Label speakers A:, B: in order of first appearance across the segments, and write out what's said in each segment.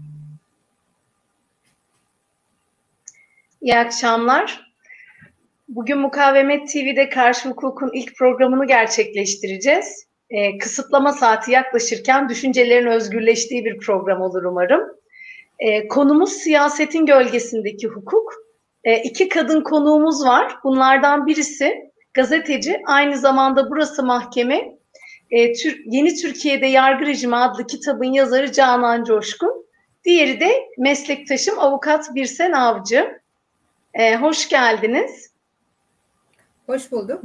A: İyi akşamlar. Bugün Mukavemet TV'de Karşı Hukuk'un ilk programını gerçekleştireceğiz. Kısıtlama saati yaklaşırken düşüncelerin özgürleştiği bir program olur umarım. Konumuz siyasetin gölgesindeki hukuk. İki kadın konuğumuz var. Bunlardan birisi gazeteci, aynı zamanda Burası Mahkeme, Yeni Türkiye'de Yargı Rejimi adlı kitabın yazarı Canan Coşkun. Diğeri de meslektaşım avukat Birsen Avcı. Hoş geldiniz.
B: Hoş bulduk.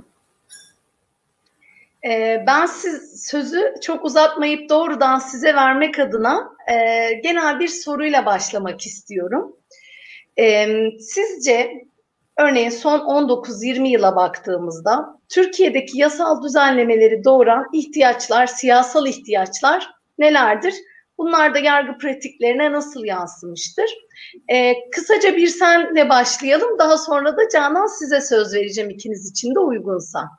A: Ben sözü çok uzatmayıp doğrudan size vermek adına genel bir soruyla başlamak istiyorum. Sizce örneğin son 19-20 yıla baktığımızda Türkiye'deki yasal düzenlemeleri doğuran ihtiyaçlar, siyasal ihtiyaçlar nelerdir? Bunlar da yargı pratiklerine nasıl yansımıştır? Kısaca Birsen'le başlayalım. Daha sonra da Canan size söz vereceğim ikiniz için de uygunsa.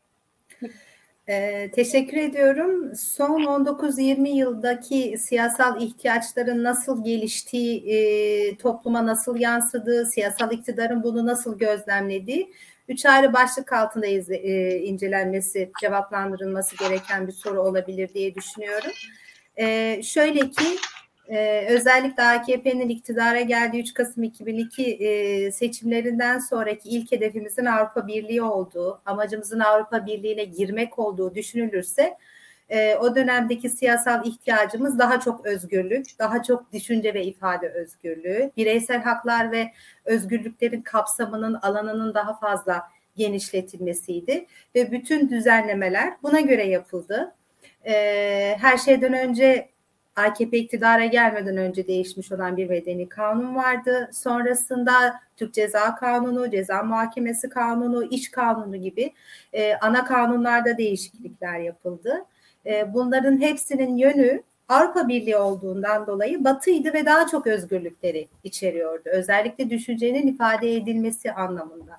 B: Teşekkür ediyorum. Son 19-20 yıldaki siyasal ihtiyaçların nasıl geliştiği, topluma nasıl yansıdığı, siyasal iktidarın bunu nasıl gözlemlediği 3 ayrı başlık altında incelenmesi, cevaplandırılması gereken bir soru olabilir diye düşünüyorum. Şöyle ki özellikle AKP'nin iktidara geldiği 3 Kasım 2002 seçimlerinden sonraki ilk hedefimizin Avrupa Birliği olduğu, amacımızın Avrupa Birliği'ne girmek olduğu düşünülürse o dönemdeki siyasal ihtiyacımız daha çok özgürlük, daha çok düşünce ve ifade özgürlüğü, bireysel haklar ve özgürlüklerin kapsamının, alanının daha fazla genişletilmesiydi ve bütün düzenlemeler buna göre yapıldı. Her şeyden önce AKP iktidara gelmeden önce değişmiş olan bir medeni kanun vardı. Sonrasında Türk Ceza Kanunu, Ceza Muhakemesi Kanunu, İş Kanunu gibi ana kanunlarda değişiklikler yapıldı. Bunların hepsinin yönü Avrupa Birliği olduğundan dolayı batıydı ve daha çok özgürlükleri içeriyordu. Özellikle düşüncenin ifade edilmesi anlamında.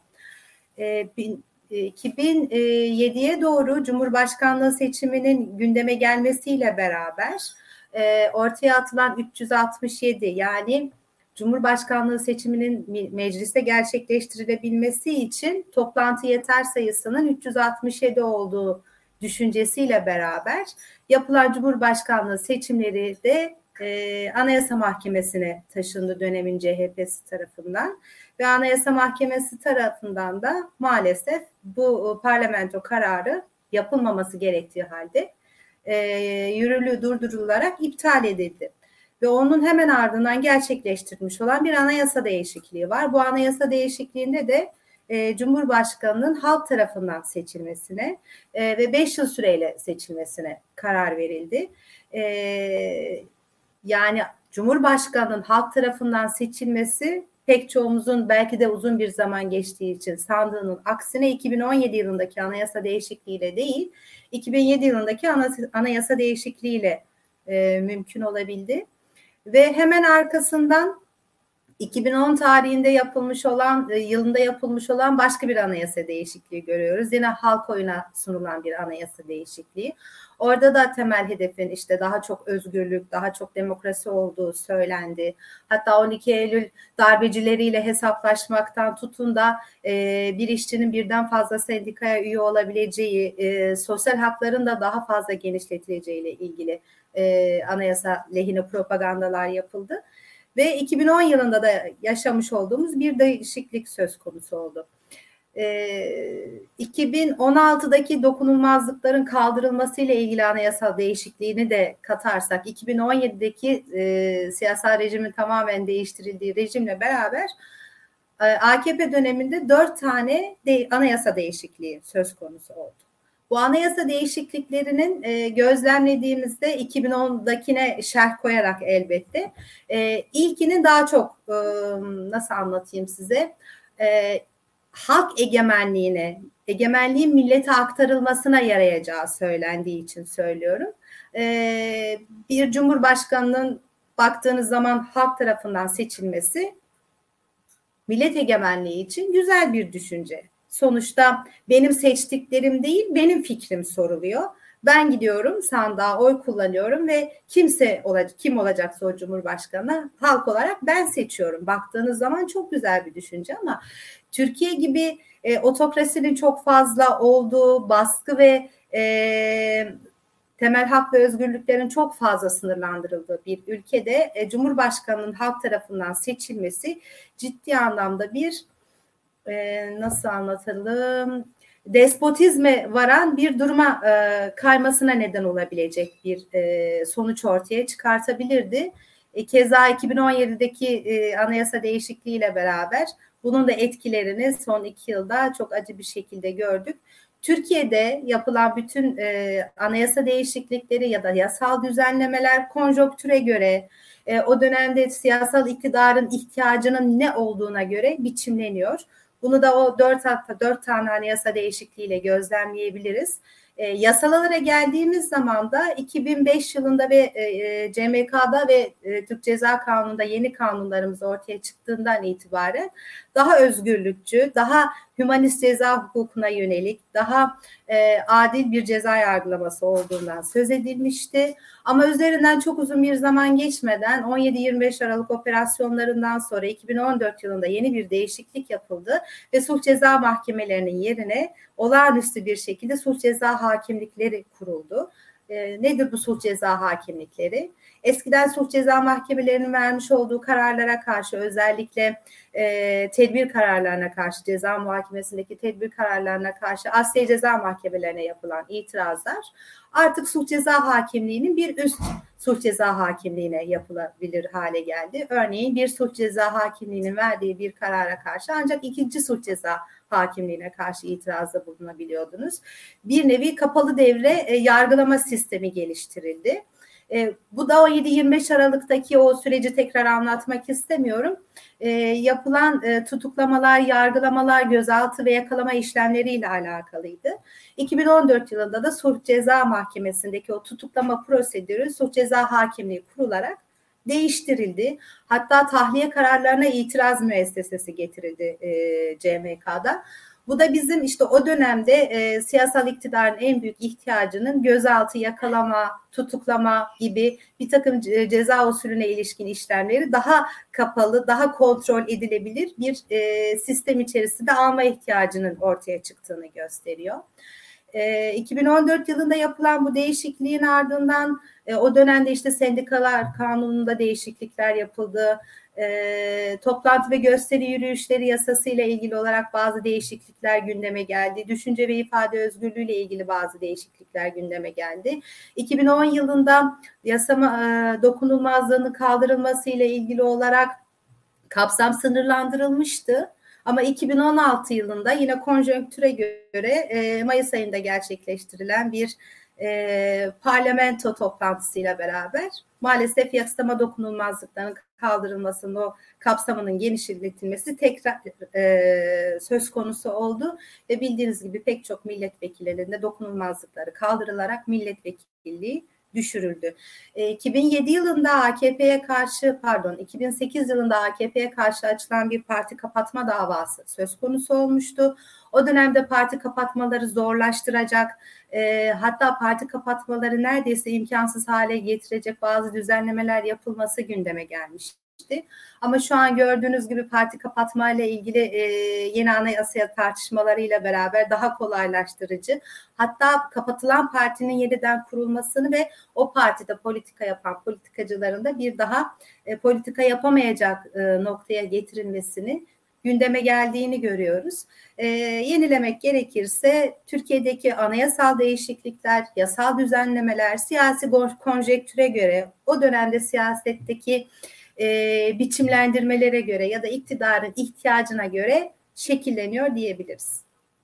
B: 2007'ye doğru Cumhurbaşkanlığı seçiminin gündeme gelmesiyle beraber ortaya atılan 367 yani Cumhurbaşkanlığı seçiminin mecliste gerçekleştirilebilmesi için toplantı yeter sayısının 367 olduğu düşüncesiyle beraber yapılan Cumhurbaşkanlığı seçimleri de Anayasa Mahkemesi'ne taşındı dönemin CHP'si tarafından ve Anayasa Mahkemesi tarafından da maalesef bu parlamento kararı yapılmaması gerektiği halde yürürlüğü durdurularak iptal edildi. Ve onun hemen ardından gerçekleştirilmiş olan bir anayasa değişikliği var. Bu anayasa değişikliğinde de Cumhurbaşkanı'nın halk tarafından seçilmesine ve 5 yıl süreyle seçilmesine karar verildi. Yani Cumhurbaşkanı'nın halk tarafından seçilmesi pek çoğumuzun belki de uzun bir zaman geçtiği için sandığının aksine 2017 yılındaki anayasa değişikliğiyle değil, 2007 yılındaki anayasa değişikliğiyle mümkün olabildi. Ve hemen arkasından 2010 tarihinde yılında yapılmış olan başka bir anayasa değişikliği görüyoruz. Yine halk oyuna sunulan bir anayasa değişikliği. Orada da temel hedefin işte daha çok özgürlük, daha çok demokrasi olduğu söylendi. Hatta 12 Eylül darbecileriyle hesaplaşmaktan tutun da bir işçinin birden fazla sendikaya üye olabileceği, sosyal hakların da daha fazla genişletileceğiyle ilgili anayasa lehine propagandalar yapıldı. Ve 2010 yılında da yaşamış olduğumuz bir değişiklik söz konusu oldu. 2016'daki dokunulmazlıkların kaldırılmasıyla ilgili anayasal değişikliğini de katarsak 2017'deki siyasal rejimin tamamen değiştirildiği rejimle beraber AKP döneminde 4 tane anayasa değişikliği söz konusu oldu. Bu anayasa değişikliklerinin gözlemlediğimizde 2010'dakine şerh koyarak elbette ilkinin daha çok nasıl anlatayım size halk egemenliğin millete aktarılmasına yarayacağı söylendiği için söylüyorum. Bir cumhurbaşkanının baktığınız zaman halk tarafından seçilmesi millet egemenliği için güzel bir düşünce. Sonuçta benim seçtiklerim değil, benim fikrim soruluyor. Ben gidiyorum sandığa oy kullanıyorum ve kim olacaksa o cumhurbaşkanı halk olarak ben seçiyorum. Baktığınız zaman çok güzel bir düşünce ama Türkiye gibi otokrasinin çok fazla olduğu, baskı ve temel hak ve özgürlüklerin çok fazla sınırlandırıldığı bir ülkede Cumhurbaşkanı'nın halk tarafından seçilmesi ciddi anlamda bir nasıl anlatalım, despotizme varan bir duruma kaymasına neden olabilecek bir sonuç ortaya çıkartabilirdi. Keza 2017'deki anayasa değişikliğiyle beraber bunun da etkilerini son 2 yılda çok acı bir şekilde gördük. Türkiye'de yapılan bütün anayasa değişiklikleri ya da yasal düzenlemeler konjonktüre göre, o dönemde siyasal iktidarın ihtiyacının ne olduğuna göre biçimleniyor. Bunu da o 4 tane anayasa değişikliğiyle gözlemleyebiliriz. Yasalara geldiğimiz zaman da 2005 yılında ve CMK'da ve Türk Ceza Kanunu'nda yeni kanunlarımız ortaya çıktığından itibaren daha özgürlükçü, daha hümanist ceza hukukuna yönelik, daha adil bir ceza yargılaması olduğundan söz edilmişti. Ama üzerinden çok uzun bir zaman geçmeden 17-25 Aralık operasyonlarından sonra 2014 yılında yeni bir değişiklik yapıldı ve suç ceza mahkemelerinin yerine olağanüstü bir şekilde suç ceza hakimlikleri kuruldu. Nedir bu suç ceza hakimlikleri? Eskiden suç ceza mahkemelerinin vermiş olduğu kararlara karşı, özellikle tedbir kararlarına karşı, ceza muhakemesindeki tedbir kararlarına karşı Asliye Ceza Mahkemelerine yapılan itirazlar artık suç ceza hakimliğinin bir üst suç ceza hakimliğine yapılabilir hale geldi. Örneğin bir suç ceza hakimliğinin verdiği bir karara karşı ancak ikinci suç ceza hakimliğine karşı itirazda bulunabiliyordunuz. Bir nevi kapalı devre yargılama sistemi geliştirildi. Bu da 17-25 Aralık'taki o süreci tekrar anlatmak istemiyorum. Yapılan tutuklamalar, yargılamalar, gözaltı ve yakalama işlemleriyle alakalıydı. 2014 yılında da Suç Ceza Mahkemesi'ndeki o tutuklama prosedürü Suç Ceza Hakimliği kurularak değiştirildi. Hatta tahliye kararlarına itiraz müessesesi getirildi CMK'da. Bu da bizim işte o dönemde siyasal iktidarın en büyük ihtiyacının gözaltı, yakalama, tutuklama gibi bir takım ceza usulüne ilişkin işlemleri daha kapalı, daha kontrol edilebilir bir sistem içerisinde alma ihtiyacının ortaya çıktığını gösteriyor. 2014 yılında yapılan bu değişikliğin ardından o dönemde işte sendikalar kanununda değişiklikler yapıldı. Toplantı ve gösteri yürüyüşleri yasası ile ilgili olarak bazı değişiklikler gündeme geldi. Düşünce ve ifade özgürlüğü ile ilgili bazı değişiklikler gündeme geldi. 2010 yılında yasama dokunulmazlığının kaldırılması ile ilgili olarak kapsam sınırlandırılmıştı. Ama 2016 yılında yine konjonktüre göre Mayıs ayında gerçekleştirilen bir parlamento toplantısıyla beraber maalesef yasama dokunulmazlıklarının kaldırılmasının, o kapsamının genişletilmesi tekrar söz konusu oldu ve bildiğiniz gibi pek çok milletvekillerinde dokunulmazlıkları kaldırılarak milletvekilliği düşürüldü. 2007 yılında 2008 yılında AKP'ye karşı açılan bir parti kapatma davası söz konusu olmuştu. O dönemde parti kapatmaları zorlaştıracak, hatta parti kapatmaları neredeyse imkansız hale getirecek bazı düzenlemeler yapılması gündeme gelmişti. Ama şu an gördüğünüz gibi parti kapatmayla ilgili yeni anayasa tartışmalarıyla beraber daha kolaylaştırıcı, hatta kapatılan partinin yeniden kurulmasını ve o partide politika yapan politikacıların da bir daha politika yapamayacak noktaya getirilmesini, gündeme geldiğini görüyoruz. Yenilemek gerekirse Türkiye'deki anayasal değişiklikler, yasal düzenlemeler, siyasi konjektüre göre, o dönemde siyasetteki biçimlendirmelere göre ya da iktidarın ihtiyacına göre şekilleniyor diyebiliriz.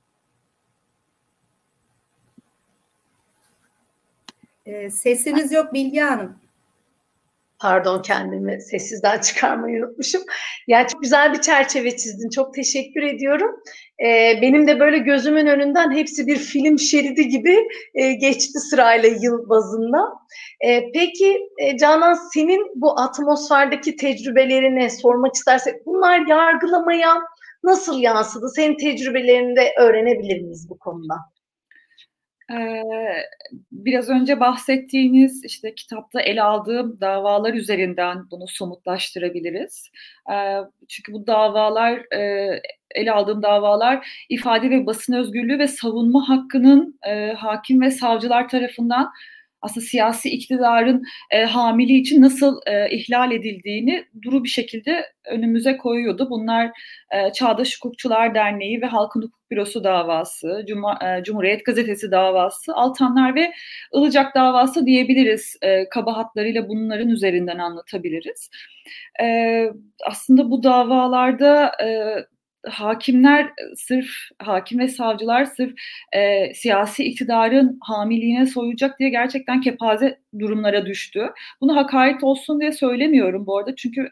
B: Sesiniz yok Bilge Hanım.
A: Pardon, kendimi sessizden çıkarmayı unutmuşum. Yani çok güzel bir çerçeve çizdin. Çok teşekkür ediyorum. Benim de böyle gözümün önünden hepsi bir film şeridi gibi geçti sırayla yıl bazında. Peki Canan, senin bu atmosferdeki tecrübelerini sormak istersek, bunlar yargılamaya nasıl yansıdı? Senin tecrübelerini de öğrenebilir miyiz bu konuda?
C: Ee, Biraz önce bahsettiğiniz işte kitapta ele aldığım davalar üzerinden bunu somutlaştırabiliriz. Çünkü bu davalar, ele aldığım davalar ifade ve basın özgürlüğü ve savunma hakkının hakim ve savcılar tarafından aslında siyasi iktidarın hamiliği için nasıl ihlal edildiğini duru bir şekilde önümüze koyuyordu. Bunlar Çağdaş Hukukçular Derneği ve Halkın Hukuk Bürosu davası, Cumhuriyet Gazetesi davası, Altanlar ve Ilıcak davası diyebiliriz. Kaba hatlarıyla bunların üzerinden anlatabiliriz. Aslında bu davalarda hakimler sırf, hakim ve savcılar sırf siyasi iktidarın hamiliğine soyacak diye gerçekten kepaze durumlara düştü. Bunu hakaret olsun diye söylemiyorum bu arada. Çünkü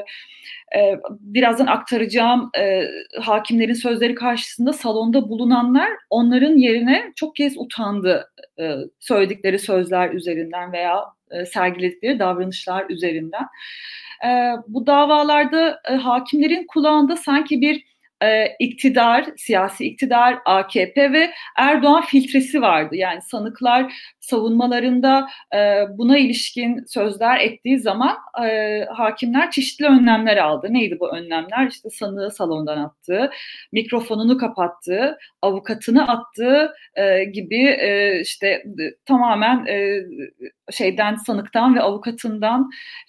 C: birazdan aktaracağım hakimlerin sözleri karşısında salonda bulunanlar onların yerine çok kez utandı söyledikleri sözler üzerinden veya sergiledikleri davranışlar üzerinden. Bu davalarda hakimlerin kulağında sanki bir iktidar, siyasi iktidar, AKP ve Erdoğan filtresi vardı. Yani sanıklar savunmalarında buna ilişkin sözler ettiği zaman hakimler çeşitli önlemler aldı. Neydi bu önlemler? İşte sanığı salondan attı, mikrofonunu kapattı, avukatını attı gibi işte tamamen sanıktan ve avukatından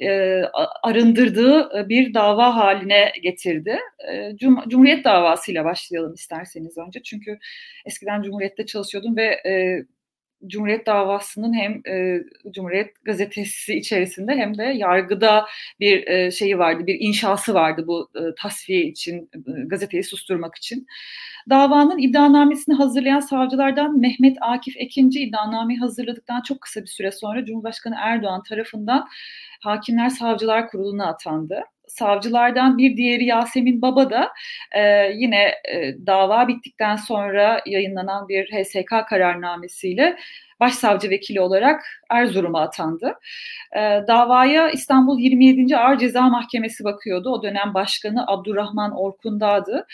C: arındırdığı bir dava haline getirdi. Cumhuriyet davasıyla başlayalım isterseniz önce. Çünkü eskiden Cumhuriyet'te çalışıyordum ve Cumhuriyet davasının hem Cumhuriyet Gazetesi içerisinde hem de yargıda bir şeyi vardı, bir inşası vardı bu tasfiye için, gazeteyi susturmak için. Davanın iddianamesini hazırlayan savcılardan Mehmet Akif Ekinci iddianameyi hazırladıktan çok kısa bir süre sonra Cumhurbaşkanı Erdoğan tarafından Hakimler Savcılar Kurulu'na atandı. Savcılardan bir diğeri Yasemin Baba da yine dava bittikten sonra yayınlanan bir HSK kararnamesiyle başsavcı vekili olarak Erzurum'a atandı. Davaya İstanbul 27. Ağır Ceza Mahkemesi bakıyordu. O dönem başkanı Abdurrahman Orkundağ'dı.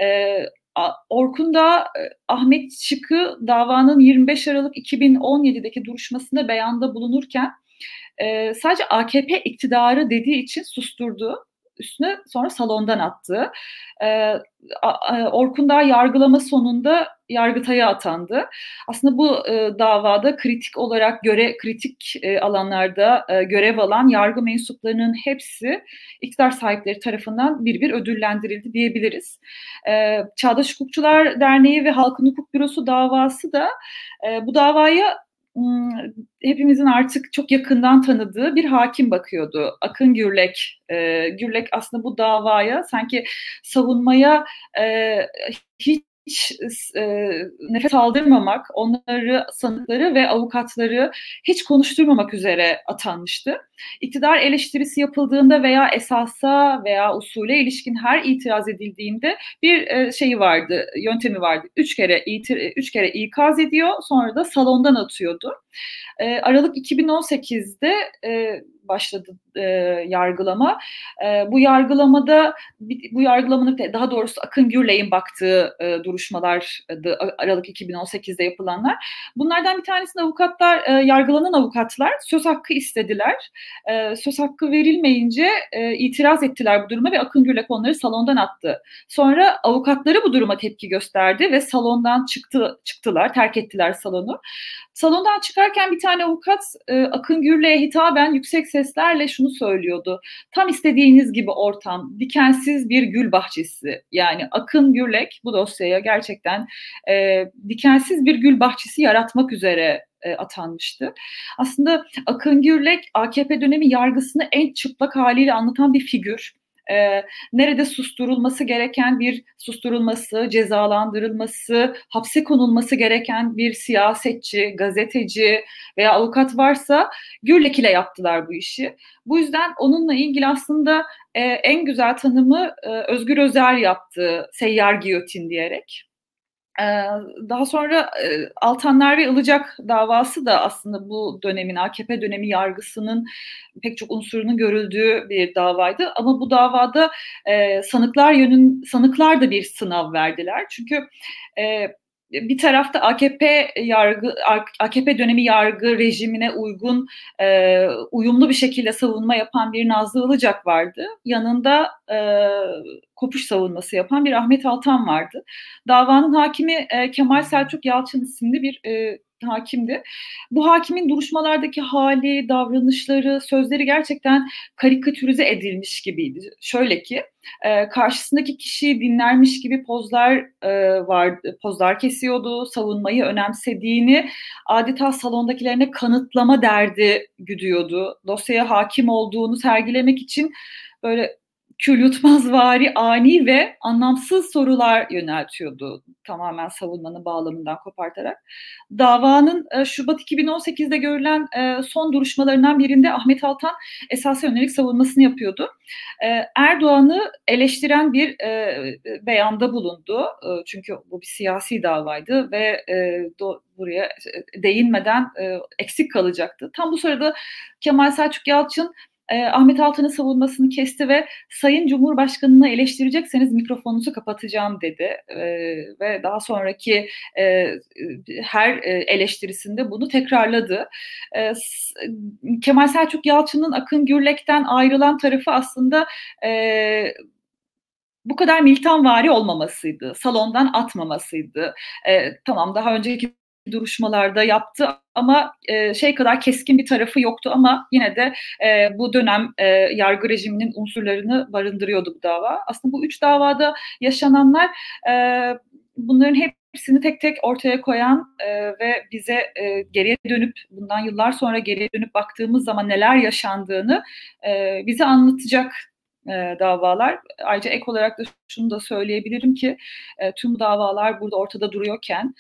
C: Orkundağ, Ahmet Şık'ı davanın 25 Aralık 2017'deki duruşmasında beyanda bulunurken sadece AKP iktidarı dediği için susturdu. Üstüne sonra salondan attı. Orkundağ yargılama sonunda Yargıtay'a atandı. Aslında bu davada kritik olarak kritik alanlarda görev alan yargı mensuplarının hepsi iktidar sahipleri tarafından bir ödüllendirildi diyebiliriz. Çağdaş Hukukçular Derneği ve Halkın Hukuk Bürosu davası da bu davaya hepimizin artık çok yakından tanıdığı bir hakim bakıyordu. Akın Gürlek. Gürlek aslında bu davaya sanki savunmaya hiç nefes aldırmamak, onları, sanıkları ve avukatları hiç konuşturmamak üzere atanmıştı. İktidar eleştirisi yapıldığında veya esasa veya usule ilişkin her itiraz edildiğinde bir şeyi vardı, yöntemi vardı. Üç kere ikaz ediyor, sonra da salondan atıyordu. Aralık 2018'de başladı yargılama. Bu yargılamanın daha doğrusu Akın Gürlek'in baktığı duruşmalardı Aralık 2018'de yapılanlar. Bunlardan bir tanesinde avukatlar, yargılanan avukatlar söz hakkı istediler. Söz hakkı verilmeyince itiraz ettiler bu duruma ve Akın Gürlek onları salondan attı. Sonra avukatları bu duruma tepki gösterdi ve salondan çıktılar, terk ettiler salonu. Salondan çıkarken bir tane avukat Akın Gürlek'e hitaben yüksek seslerle şunu söylüyordu. Tam istediğiniz gibi ortam, dikensiz bir gül bahçesi. Yani Akın Gürlek bu dosyaya gerçekten dikensiz bir gül bahçesi yaratmak üzere atanmıştı. Aslında Akın Gürlek AKP dönemi yargısını en çıplak haliyle anlatan bir figür. Nerede susturulması, cezalandırılması, hapse konulması gereken bir siyasetçi, gazeteci veya avukat varsa Gürlek ile yaptılar bu işi. Bu yüzden onunla ilgili aslında en güzel tanımı Özgür Özel yaptı, seyyar giyotin diyerek. Daha sonra Altanlar ve Ilıcak davası da aslında bu dönemin, AKP dönemi yargısının pek çok unsurunun görüldüğü bir davaydı. Ama bu davada sanıklar da bir sınav verdiler. Çünkü bir tarafta AKP dönemi yargı rejimine uygun, uyumlu bir şekilde savunma yapan bir Nazlı Ilıcak vardı. Yanında kopuş savunması yapan bir Ahmet Altan vardı. Davanın hakimi Kemal Selçuk Yalçın isimli bir hakimdi. Bu hakimin duruşmalardaki hali, davranışları, sözleri gerçekten karikatürize edilmiş gibiydi. Şöyle ki, karşısındaki kişiyi dinlermiş gibi pozlar kesiyordu, savunmayı önemsediğini adeta salondakilerine kanıtlama derdi güdüyordu. Dosyaya hakim olduğunu sergilemek için böyle kül yutmazvari, ani ve anlamsız sorular yöneltiyordu, tamamen savunmanın bağlamından kopartarak. Davanın Şubat 2018'de görülen son duruşmalarından birinde Ahmet Altan esasa yönelik savunmasını yapıyordu. Erdoğan'ı eleştiren bir beyanda bulundu. Çünkü bu bir siyasi davaydı ve buraya değinmeden eksik kalacaktı. Tam bu sırada Kemal Selçuk Yalçın Ahmet Altan'ın savunmasını kesti ve Sayın Cumhurbaşkanı'nı eleştirecekseniz mikrofonunuzu kapatacağım dedi. Ve daha sonraki her eleştirisinde bunu tekrarladı. Kemal Selçuk Yalçın'ın Akın Gürlek'ten ayrılan tarafı aslında bu kadar militanvari olmamasıydı, salondan atmamasıydı. Tamam, daha önceki duruşmalarda yaptı ama kadar keskin bir tarafı yoktu, ama yine de bu dönem yargı rejiminin unsurlarını barındırıyordu bu dava. Aslında bu 3 davada yaşananlar bunların hepsini tek tek ortaya koyan ve bize geriye dönüp, bundan yıllar sonra geriye dönüp baktığımız zaman neler yaşandığını bize anlatacak davalar. Ayrıca ek olarak da şunu da söyleyebilirim ki tüm davalar burada ortada duruyorken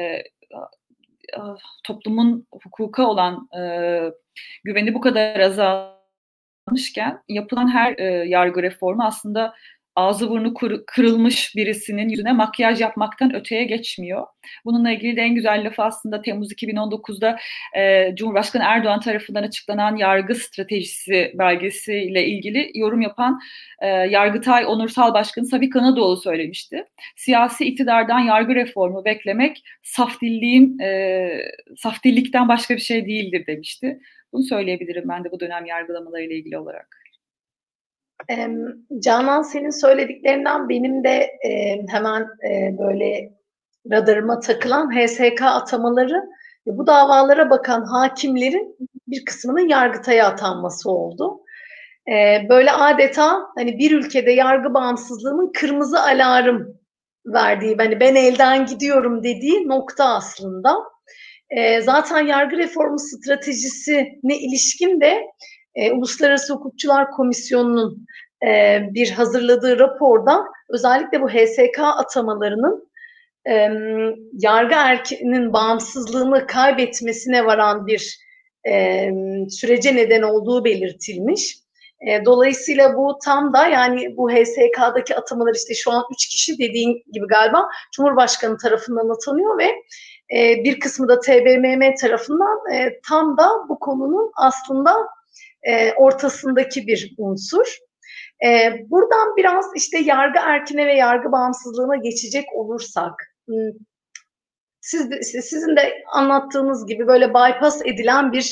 C: toplumun hukuka olan güveni bu kadar azalmışken yapılan her yargı reformu aslında ağzı burnu kırılmış birisinin yüzüne makyaj yapmaktan öteye geçmiyor. Bununla ilgili de en güzel lafı aslında Temmuz 2019'da Cumhurbaşkanı Erdoğan tarafından açıklanan yargı stratejisi belgesiyle ilgili yorum yapan Yargıtay Onursal Başkanı Sabi Kanadoğlu söylemişti. Siyasi iktidardan yargı reformu beklemek saf dillikten başka bir şey değildir demişti. Bunu söyleyebilirim ben de bu dönem yargılamalarıyla ilgili olarak.
A: Canan, senin söylediklerinden benim de hemen böyle radarıma takılan HSK atamaları, bu davalara bakan hakimlerin bir kısmının Yargıtay'a atanması oldu. Böyle adeta hani bir ülkede yargı bağımsızlığının kırmızı alarm verdiği, hani ben elden gidiyorum dediği nokta aslında. Zaten yargı reformu stratejisine ilişkin de Uluslararası Hukukçular Komisyonu'nun bir hazırladığı raporda özellikle bu HSK atamalarının yargı erkinin bağımsızlığını kaybetmesine varan bir sürece neden olduğu belirtilmiş. Dolayısıyla bu tam da, yani bu HSK'daki atamalar işte şu an 3 kişi dediğin gibi galiba Cumhurbaşkanı tarafından atanıyor ve bir kısmı da TBMM tarafından, tam da bu konunun aslında ortasındaki bir unsur. Buradan biraz işte yargı erkine ve yargı bağımsızlığına geçecek olursak, sizin de anlattığınız gibi böyle bypass edilen bir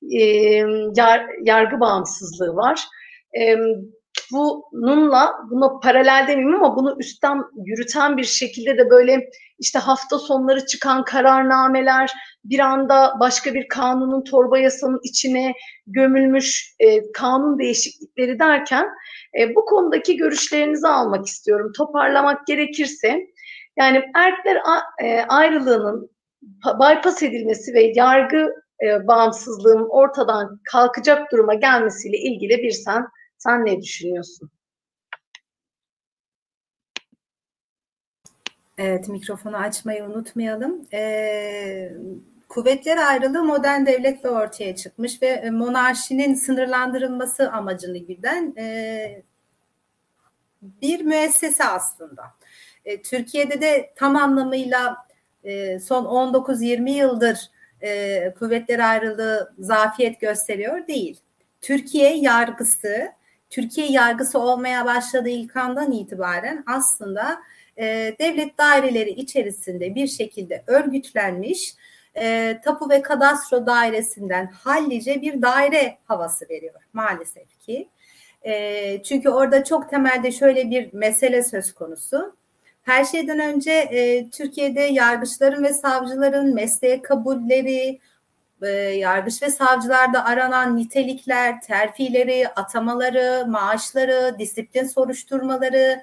A: yargı bağımsızlığı var. Buna paralel demeyeyim ama bunu üstten yürüten bir şekilde de böyle işte hafta sonları çıkan kararnameler, bir anda başka bir kanunun, torba yasanın içine gömülmüş kanun değişiklikleri derken bu konudaki görüşlerinizi almak istiyorum. Toparlamak gerekirse, yani erkler ayrılığının bypass edilmesi ve yargı bağımsızlığının ortadan kalkacak duruma gelmesiyle ilgili bir sen ne düşünüyorsun?
B: Evet, mikrofonu açmayı unutmayalım. Kuvvetler ayrılığı modern devletle ortaya çıkmış ve monarşinin sınırlandırılması amacını güden bir müessese aslında. Türkiye'de de tam anlamıyla son 19-20 yıldır kuvvetler ayrılığı zafiyet gösteriyor değil. Türkiye yargısı olmaya başladığı ilk andan itibaren aslında devlet daireleri içerisinde bir şekilde örgütlenmiş, tapu ve kadastro dairesinden hallice bir daire havası veriyor maalesef ki. Çünkü orada çok temelde şöyle bir mesele söz konusu. Her şeyden önce Türkiye'de yargıçların ve savcıların mesleğe kabulleri, yargıç ve savcılarda aranan nitelikler, terfileri, atamaları, maaşları, disiplin soruşturmaları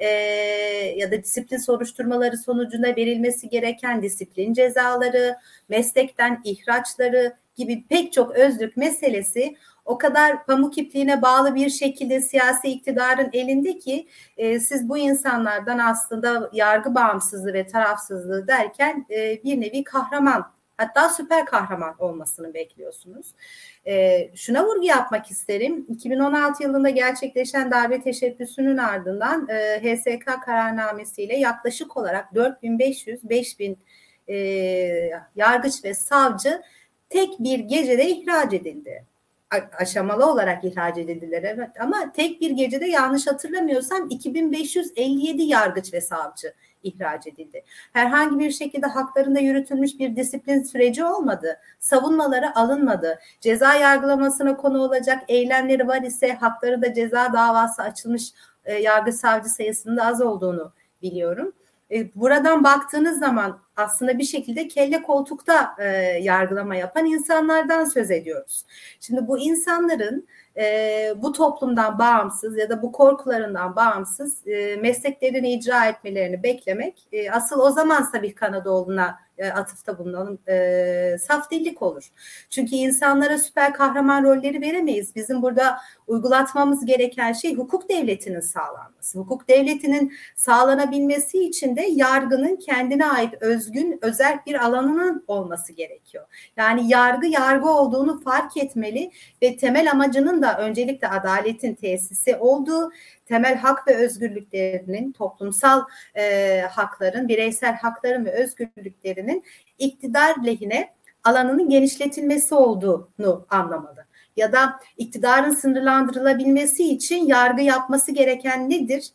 B: ya da disiplin soruşturmaları sonucunda verilmesi gereken disiplin cezaları, meslekten ihraçları gibi pek çok özlük meselesi o kadar pamuk ipliğine bağlı bir şekilde siyasi iktidarın elinde ki siz bu insanlardan aslında yargı bağımsızlığı ve tarafsızlığı derken bir nevi kahraman, hatta süper kahraman olmasını bekliyorsunuz. Şuna vurgu yapmak isterim. 2016 yılında gerçekleşen darbe teşebbüsünün ardından HSK kararnamesiyle yaklaşık olarak 4500-5000 yargıç ve savcı tek bir gecede ihraç edildi. Aşamalı olarak ihraç edildiler, evet, ama tek bir gecede yanlış hatırlamıyorsam 2557 yargıç ve savcı ihraç edildi. Herhangi bir şekilde haklarında yürütülmüş bir disiplin süreci olmadı. Savunmaları alınmadı. Ceza yargılamasına konu olacak eylemleri var ise haklarında ceza davası açılmış yargı savcı sayısının da az olduğunu biliyorum. Buradan baktığınız zaman aslında bir şekilde kelle koltukta yargılama yapan insanlardan söz ediyoruz. Şimdi bu insanların bu toplumdan bağımsız ya da bu korkularından bağımsız mesleklerini icra etmelerini beklemek asıl o zaman Sabih Kanadoğlu'na atıfta bulunalım, saf dillik olur. Çünkü insanlara süper kahraman rolleri veremeyiz. Bizim burada uygulatmamız gereken şey hukuk devletinin sağlanması. Hukuk devletinin sağlanabilmesi için de yargının kendine ait özgün, özel bir alanının olması gerekiyor. Yani yargı olduğunu fark etmeli ve temel amacının da öncelikle adaletin tesisi olduğu, temel hak ve özgürlüklerinin, toplumsal hakların, bireysel hakların ve özgürlüklerinin iktidar lehine alanının genişletilmesi olduğunu anlamalı. Ya da iktidarın sınırlandırılabilmesi için yargı yapması gereken nedir?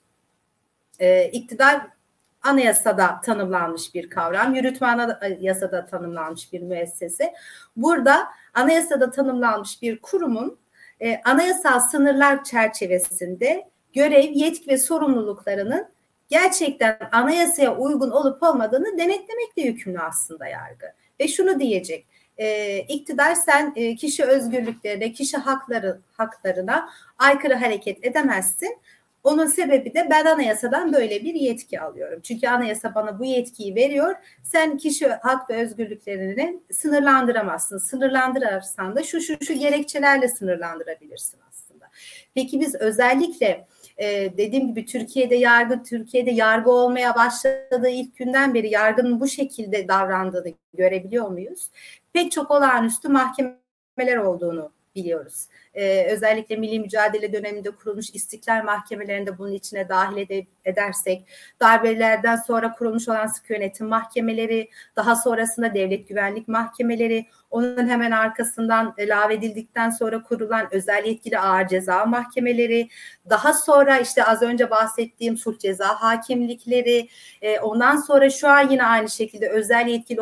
B: İktidar anayasada tanımlanmış bir kavram, yürütme anayasada tanımlanmış bir müessese. Burada anayasada tanımlanmış bir kurumun anayasal sınırlar çerçevesinde görev, yetki ve sorumluluklarının gerçekten anayasaya uygun olup olmadığını denetlemekle yükümlü aslında yargı. Ve şunu diyecek, iktidar sen kişi özgürlüklerine, kişi haklarına aykırı hareket edemezsin. Onun sebebi de ben anayasadan böyle bir yetki alıyorum. Çünkü anayasa bana bu yetkiyi veriyor. Sen kişi hak ve özgürlüklerini sınırlandıramazsın. Sınırlandırırsan da şu gerekçelerle sınırlandırabilirsin aslında. Peki biz özellikle dediğim gibi Türkiye'de yargı olmaya başladığı ilk günden beri yargının bu şekilde davrandığını görebiliyor muyuz? Pek çok olağanüstü mahkemeler olduğunu biliyoruz. Özellikle milli mücadele döneminde kurulmuş istiklal mahkemelerinde bunun içine dahil edersek, darbelerden sonra kurulmuş olan sıkı yönetim mahkemeleri, daha sonrasında devlet güvenlik mahkemeleri, onun hemen arkasından lağvedildikten sonra kurulan özel yetkili ağır ceza mahkemeleri, daha sonra işte az önce bahsettiğim sulh ceza hakimlikleri, ondan sonra şu an yine aynı şekilde özel yetkili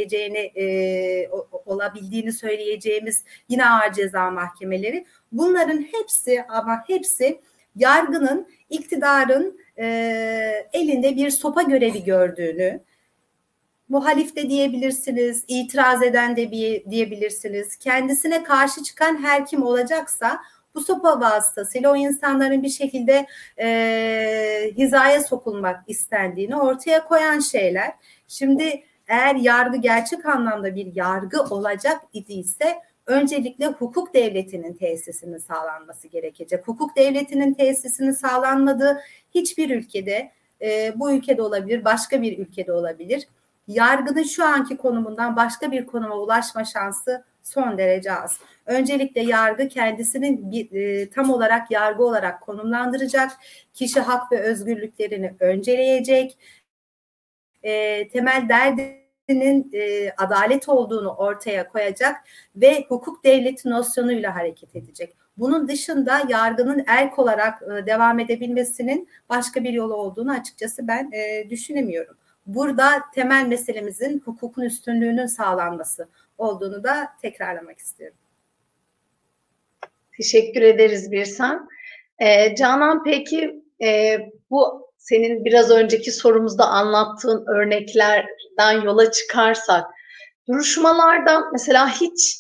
B: olabildiğini söyleyeceğimiz yine ağır ceza mahkemeleri. Bunların hepsi yargının, iktidarın elinde bir sopa görevi gördüğünü, muhalif de diyebilirsiniz, itiraz eden de diyebilirsiniz. Kendisine karşı çıkan her kim olacaksa bu sopa vasıtasıyla o insanların bir şekilde hizaya sokulmak istendiğini ortaya koyan şeyler. Şimdi eğer yargı gerçek anlamda bir yargı olacak idiyse öncelikle hukuk devletinin tesisinin sağlanması gerekecek. Hukuk devletinin tesisinin sağlanmadığı hiçbir ülkede, bu ülkede olabilir, başka bir ülkede olabilir, yargının şu anki konumundan başka bir konuma ulaşma şansı son derece az. Öncelikle yargı kendisinin tam olarak yargı olarak konumlandıracak, kişi hak ve özgürlüklerini önceleyecek, temel derdinin adalet olduğunu ortaya koyacak ve hukuk devleti nosyonuyla hareket edecek. Bunun dışında yargının erk olarak devam edebilmesinin başka bir yolu olduğunu açıkçası ben düşünemiyorum. Burada temel meselemizin hukukun üstünlüğünün sağlanması olduğunu da tekrarlamak istiyorum.
A: Teşekkür ederiz Birsen. Canan, peki bu senin biraz önceki sorumuzda anlattığın örneklerden yola çıkarsak, duruşmalarda mesela hiç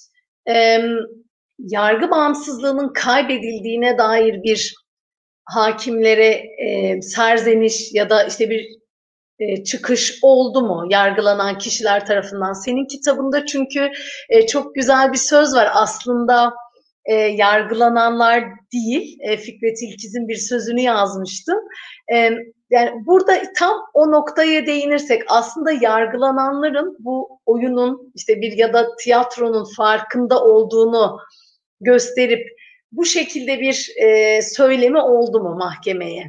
A: yargı bağımsızlığının kaybedildiğine dair bir hakimlere serzeniş ya da işte bir çıkış oldu mu yargılanan kişiler tarafından? Senin kitabında çünkü çok güzel bir söz var aslında. Yargılananlar değil, Fikret İlkiz'in bir sözünü yazmıştım. Yani burada tam o noktaya değinirsek aslında yargılananların bu oyunun işte bir ya da tiyatronun farkında olduğunu gösterip bu şekilde bir söylemi oldu mu mahkemeye?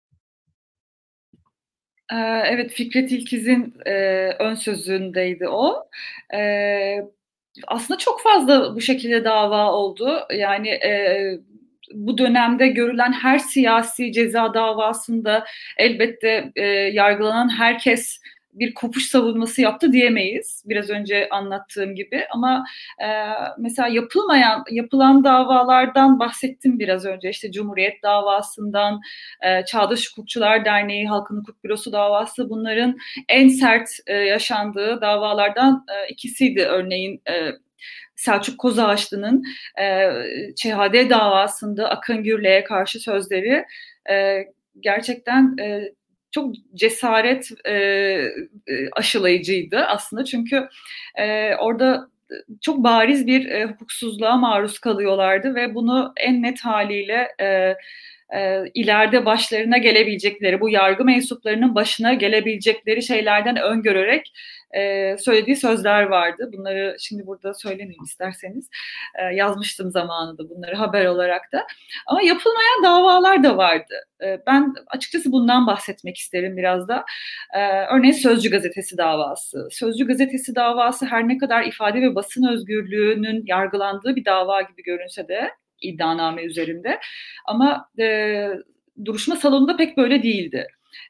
C: Evet, Fikret İlkiz'in ön sözündeydi o. Aslında çok fazla bu şekilde dava oldu. Yani bu dönemde görülen her siyasi ceza davasında elbette yargılanan herkes bir kopuş savunması yaptı diyemeyiz. Biraz önce anlattığım gibi. Ama mesela yapılan davalardan bahsettim biraz önce. İşte Cumhuriyet davasından, Çağdaş Hukukçular Derneği, Halkın Hukuk Bürosu davası, bunların en sert yaşandığı davalardan ikisiydi. Örneğin Selçuk Kozağaçlı'nın ÇHD davasında Akın Gürlek'e karşı sözleri gerçekten çok cesaret aşılayıcıydı aslında. Çünkü orada çok bariz bir hukuksuzluğa maruz kalıyorlardı ve bunu en net haliyle ileride başlarına gelebilecekleri, bu yargı mensuplarının başına gelebilecekleri şeylerden öngörerek söylediği sözler vardı. Bunları şimdi burada söylemeyeyim isterseniz. Yazmıştım zamanında bunları haber olarak da. Ama yapılmayan davalar da vardı. Ben açıkçası bundan bahsetmek isterim biraz da. Örneğin Sözcü Gazetesi davası. Sözcü Gazetesi davası her ne kadar ifade ve basın özgürlüğünün yargılandığı bir dava gibi görünse de iddianame üzerinde. Ama duruşma salonunda pek böyle değildi.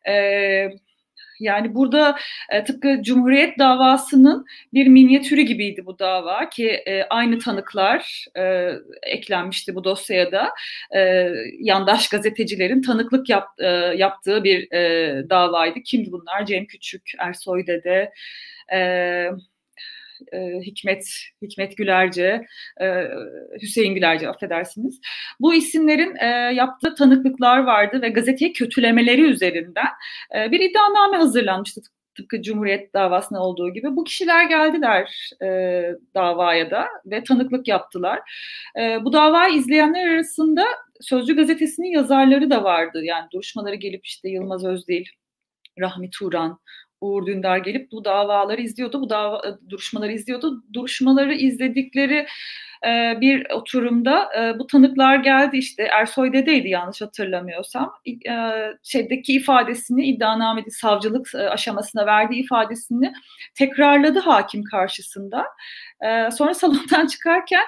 C: Yani burada tıpkı Cumhuriyet davasının bir minyatürü gibiydi bu dava ki aynı tanıklar eklenmişti bu dosyaya da. Yandaş gazetecilerin tanıklık yaptığı bir davaydı. Kimdi bunlar? Cem Küçük, Ersoy Dede, Hikmet Gülerce, Hüseyin Gülerce, affedersiniz. Bu isimlerin yaptığı tanıklıklar vardı ve gazeteyi kötülemeleri üzerinden bir iddianame hazırlanmıştı. Tıpkı Cumhuriyet davasında olduğu gibi. Bu kişiler geldiler davaya da ve tanıklık yaptılar. Bu davayı izleyenler arasında Sözcü Gazetesi'nin yazarları da vardı. Yani duruşmaları gelip işte Yılmaz Özdil, Rahmi Turan, Uğur Dündar gelip bu davaları izliyordu, duruşmaları izliyordu. Duruşmaları izledikleri bir oturumda bu tanıklar geldi, işte Ersoy Dede'ydi yanlış hatırlamıyorsam. Şeydeki ifadesini, iddianamede savcılık aşamasına verdiği ifadesini tekrarladı hakim karşısında. Sonra salondan çıkarken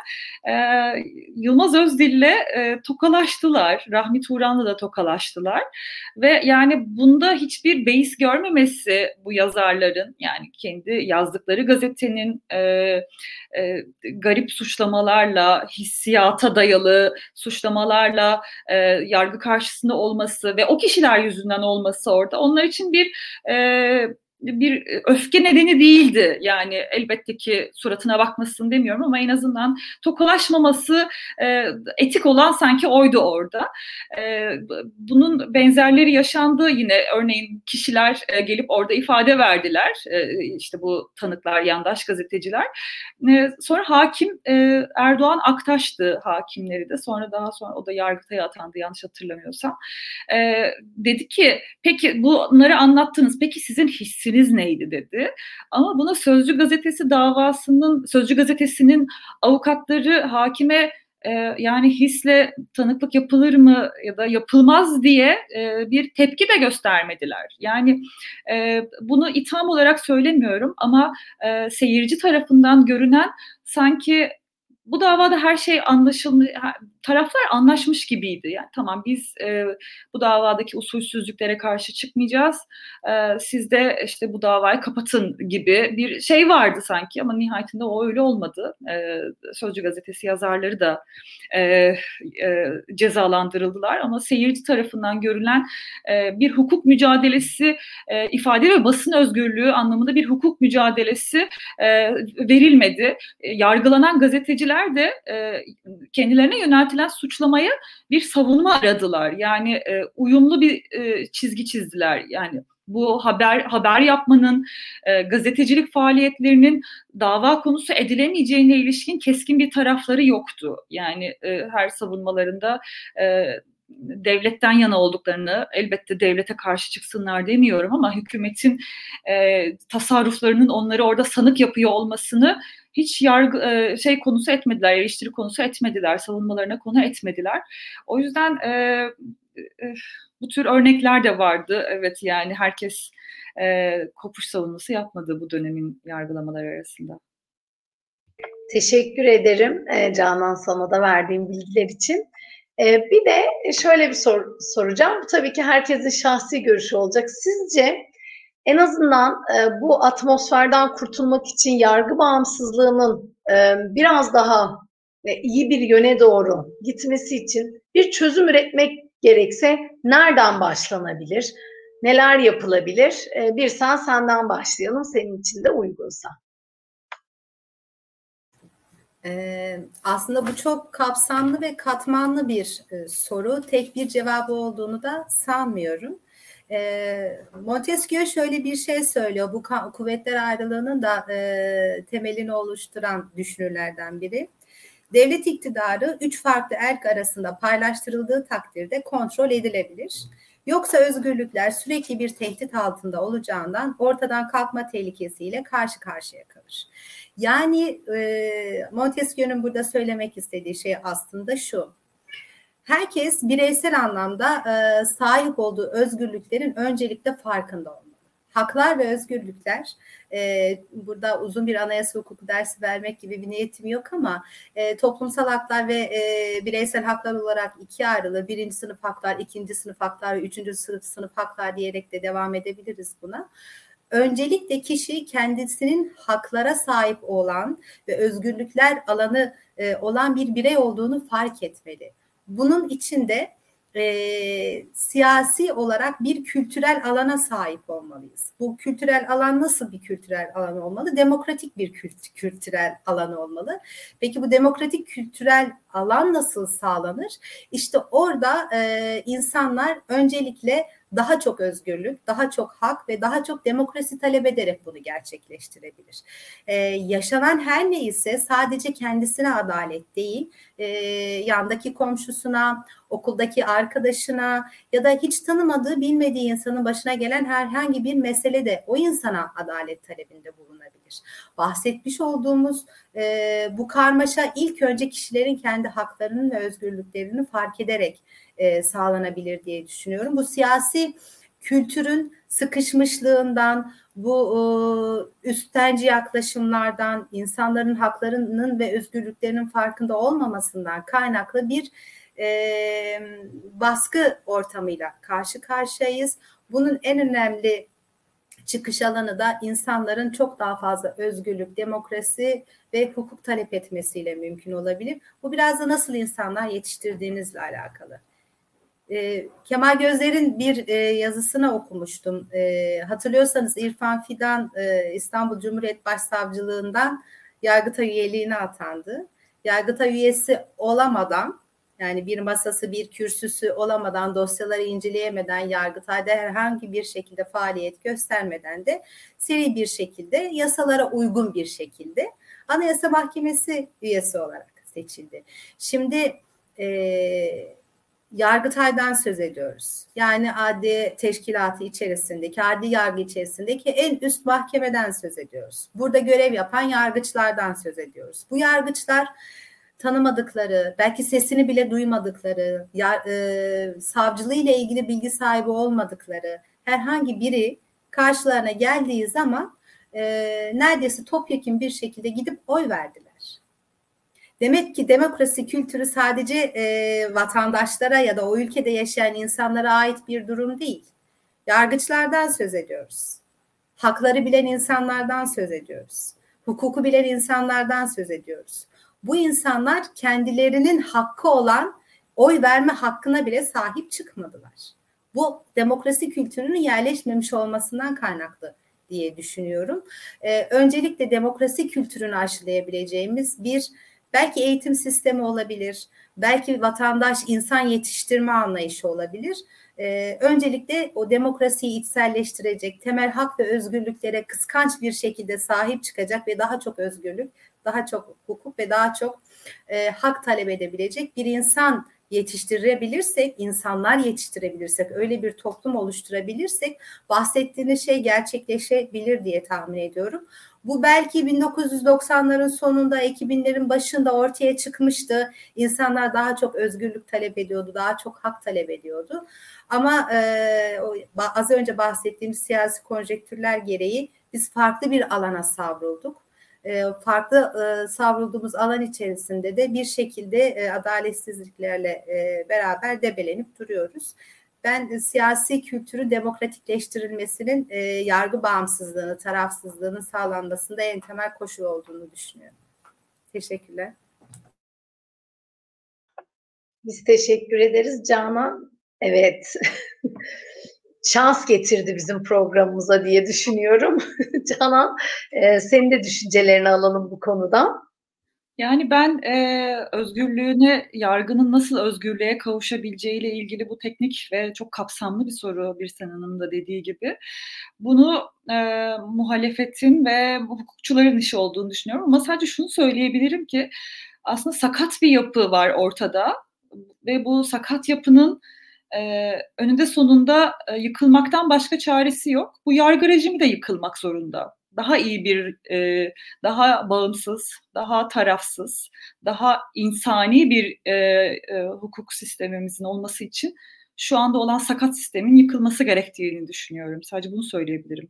C: Yılmaz Özdil'le tokalaştılar. Rahmi Turan'la da tokalaştılar. Ve yani bunda hiçbir beis görmemesi bu yazarların, yani kendi yazdıkları gazetenin garip suçlamalarla, hissiyata dayalı suçlamalarla yargı karşısında olması ve o kişiler yüzünden olması orada onlar için bir öfke nedeni değildi. Yani elbette ki suratına bakmasın demiyorum ama en azından tokalaşmaması etik olan sanki oydu orada. Bunun benzerleri yaşandı yine. Örneğin kişiler gelip orada ifade verdiler. İşte bu tanıklar, yandaş gazeteciler. Sonra hakim Erdoğan Aktaş'tı hakimleri de. Daha sonra o da Yargıtay'a atandı yanlış hatırlamıyorsam. Dedi ki peki bunları anlattınız. Peki sizin hissiniz neydi dedi. Ama buna Sözcü Gazetesi'nin avukatları hakime yani hisle tanıklık yapılır mı ya da yapılmaz diye bir tepki de göstermediler. Yani bunu itham olarak söylemiyorum ama seyirci tarafından görünen sanki bu davada her şey taraflar anlaşmış gibiydi. Yani tamam, biz bu davadaki usulsüzlüklere karşı çıkmayacağız. Siz de işte bu davayı kapatın gibi bir şey vardı sanki, ama nihayetinde o öyle olmadı. Sözcü gazetesi yazarları da cezalandırıldılar, ama seyirci tarafından görülen bir hukuk mücadelesi, ifade ve basın özgürlüğü anlamında bir hukuk mücadelesi verilmedi. Yargılanan gazeteciler de kendilerine yöneltilen suçlamaya bir savunma aradılar. Yani uyumlu bir çizgi çizdiler. Yani bu haber yapmanın, gazetecilik faaliyetlerinin dava konusu edilemeyeceğine ilişkin keskin bir tarafları yoktu. Yani her savunmalarında devletten yana olduklarını, elbette devlete karşı çıksınlar demiyorum, ama hükümetin tasarruflarının onları orada sanık yapıyor olmasını hiç konusu etmediler, eleştiri konusu etmediler, savunmalarına konu etmediler. O yüzden bu tür örnekler de vardı. Evet, yani herkes kopuş savunması yapmadı bu dönemin yargılamaları arasında.
A: Teşekkür ederim Canan, sana da verdiğim bilgiler için. Bir de şöyle bir soracağım. Bu tabii ki herkesin şahsi görüşü olacak. Sizce en azından bu atmosferden kurtulmak için yargı bağımsızlığının biraz daha iyi bir yöne doğru gitmesi için bir çözüm üretmek gerekse nereden başlanabilir? Neler yapılabilir? Birsen senden başlayalım, senin için de uygunsa.
B: Aslında bu çok kapsamlı ve katmanlı bir soru. Tek bir cevabı olduğunu da sanmıyorum. Montesquieu şöyle bir şey söylüyor. Bu kuvvetler ayrılığının da temelini oluşturan düşünürlerden biri. Devlet iktidarı 3 farklı erk arasında paylaştırıldığı takdirde kontrol edilebilir. Yoksa özgürlükler sürekli bir tehdit altında olacağından ortadan kalkma tehlikesiyle karşı karşıya kalır. Yani Montesquieu'nun burada söylemek istediği şey aslında şu: herkes bireysel anlamda sahip olduğu özgürlüklerin öncelikle farkında olmalı. Haklar ve özgürlükler, burada uzun bir anayasa hukuku dersi vermek gibi bir niyetim yok, ama toplumsal haklar ve bireysel haklar olarak ikiye ayrılır. Birinci sınıf haklar, ikinci sınıf haklar ve üçüncü sınıf haklar diyerek de devam edebiliriz buna. Öncelikle kişi kendisinin haklara sahip olan ve özgürlükler alanı olan bir birey olduğunu fark etmeli. Bunun içinde siyasi olarak bir kültürel alana sahip olmalıyız. Bu kültürel alan nasıl bir kültürel alan olmalı? Demokratik bir kültürel alan olmalı. Peki bu demokratik kültürel alan nasıl sağlanır? İşte orada insanlar öncelikle daha çok özgürlük, daha çok hak ve daha çok demokrasi talep ederek bunu gerçekleştirebilir. Yaşanan her neyse sadece kendisine adalet değil, yandaki komşusuna, okuldaki arkadaşına ya da hiç tanımadığı, bilmediği insanın başına gelen herhangi bir mesele de o insana adalet talebinde bulunabilir. Bahsetmiş olduğumuz bu karmaşa ilk önce kişilerin kendi haklarının ve özgürlüklerini fark ederek sağlanabilir diye düşünüyorum. Bu siyasi kültürün sıkışmışlığından, bu üstenci yaklaşımlardan, insanların haklarının ve özgürlüklerinin farkında olmamasından kaynaklı bir baskı ortamıyla karşı karşıyayız. Bunun en önemli çıkış alanı da insanların çok daha fazla özgürlük, demokrasi ve hukuk talep etmesiyle mümkün olabilir. Bu biraz da nasıl insanlar yetiştirdiğinizle alakalı. Kemal Gözler'in bir yazısını okumuştum. Hatırlıyorsanız İrfan Fidan İstanbul Cumhuriyet Başsavcılığından Yargıtay üyeliğine atandı. Yargıtay üyesi olamadan, yani bir masası, bir kürsüsü olamadan, dosyaları inceleyemeden, Yargıtay'da herhangi bir şekilde faaliyet göstermeden de seri bir şekilde, yasalara uygun bir şekilde Anayasa Mahkemesi üyesi olarak seçildi. Şimdi Yargıtay'dan söz ediyoruz. Yani adliye teşkilatı içerisindeki, adli yargı içerisindeki en üst mahkemeden söz ediyoruz. Burada görev yapan yargıçlardan söz ediyoruz. Bu yargıçlar tanımadıkları, belki sesini bile duymadıkları, savcılığı ile ilgili bilgi sahibi olmadıkları herhangi biri karşılarına geldiği zaman neredeyse topyekun bir şekilde gidip oy verdiler. Demek ki demokrasi kültürü sadece vatandaşlara ya da o ülkede yaşayan insanlara ait bir durum değil. Yargıçlardan söz ediyoruz. Hakları bilen insanlardan söz ediyoruz. Hukuku bilen insanlardan söz ediyoruz. Bu insanlar kendilerinin hakkı olan oy verme hakkına bile sahip çıkmadılar. Bu demokrasi kültürünün yerleşmemiş olmasından kaynaklı diye düşünüyorum. Öncelikle demokrasi kültürünü aşılayabileceğimiz bir belki eğitim sistemi olabilir, belki vatandaş insan yetiştirme anlayışı olabilir. Öncelikle o demokrasiyi içselleştirecek, temel hak ve özgürlüklere kıskanç bir şekilde sahip çıkacak ve daha çok özgürlük, daha çok hukuk ve daha çok hak talep edebilecek bir insan yetiştirebilirsek, insanlar yetiştirebilirsek, öyle bir toplum oluşturabilirsek bahsettiğiniz şey gerçekleşebilir diye tahmin ediyorum. Bu belki 1990'ların sonunda, 2000'lerin başında ortaya çıkmıştı. İnsanlar daha çok özgürlük talep ediyordu, daha çok hak talep ediyordu. Ama az önce bahsettiğimiz siyasi konjektürler gereği biz farklı bir alana savrulduk. Farklı savrulduğumuz alan içerisinde de bir şekilde adaletsizliklerle beraber debelenip duruyoruz. Ben siyasi kültürün demokratikleştirilmesinin yargı bağımsızlığını, tarafsızlığının sağlanmasında en temel koşul olduğunu düşünüyorum. Teşekkürler.
A: Biz teşekkür ederiz Canan. Evet. Şans getirdi bizim programımıza diye düşünüyorum. Canan, senin de düşüncelerini alalım bu konuda.
C: Yani ben özgürlüğüne, yargının nasıl özgürlüğe kavuşabileceğiyle ilgili bu teknik ve çok kapsamlı bir soru Birsen Hanım'ın da dediği gibi. Bunu muhalefetin ve hukukçuların işi olduğunu düşünüyorum. Ama sadece şunu söyleyebilirim ki aslında sakat bir yapı var ortada ve bu sakat yapının önünde sonunda yıkılmaktan başka çaresi yok. Bu yargı rejimi de yıkılmak zorunda. Daha iyi bir, daha bağımsız, daha tarafsız, daha insani bir hukuk sistemimizin olması için şu anda olan sakat sistemin yıkılması gerektiğini düşünüyorum. Sadece bunu söyleyebilirim.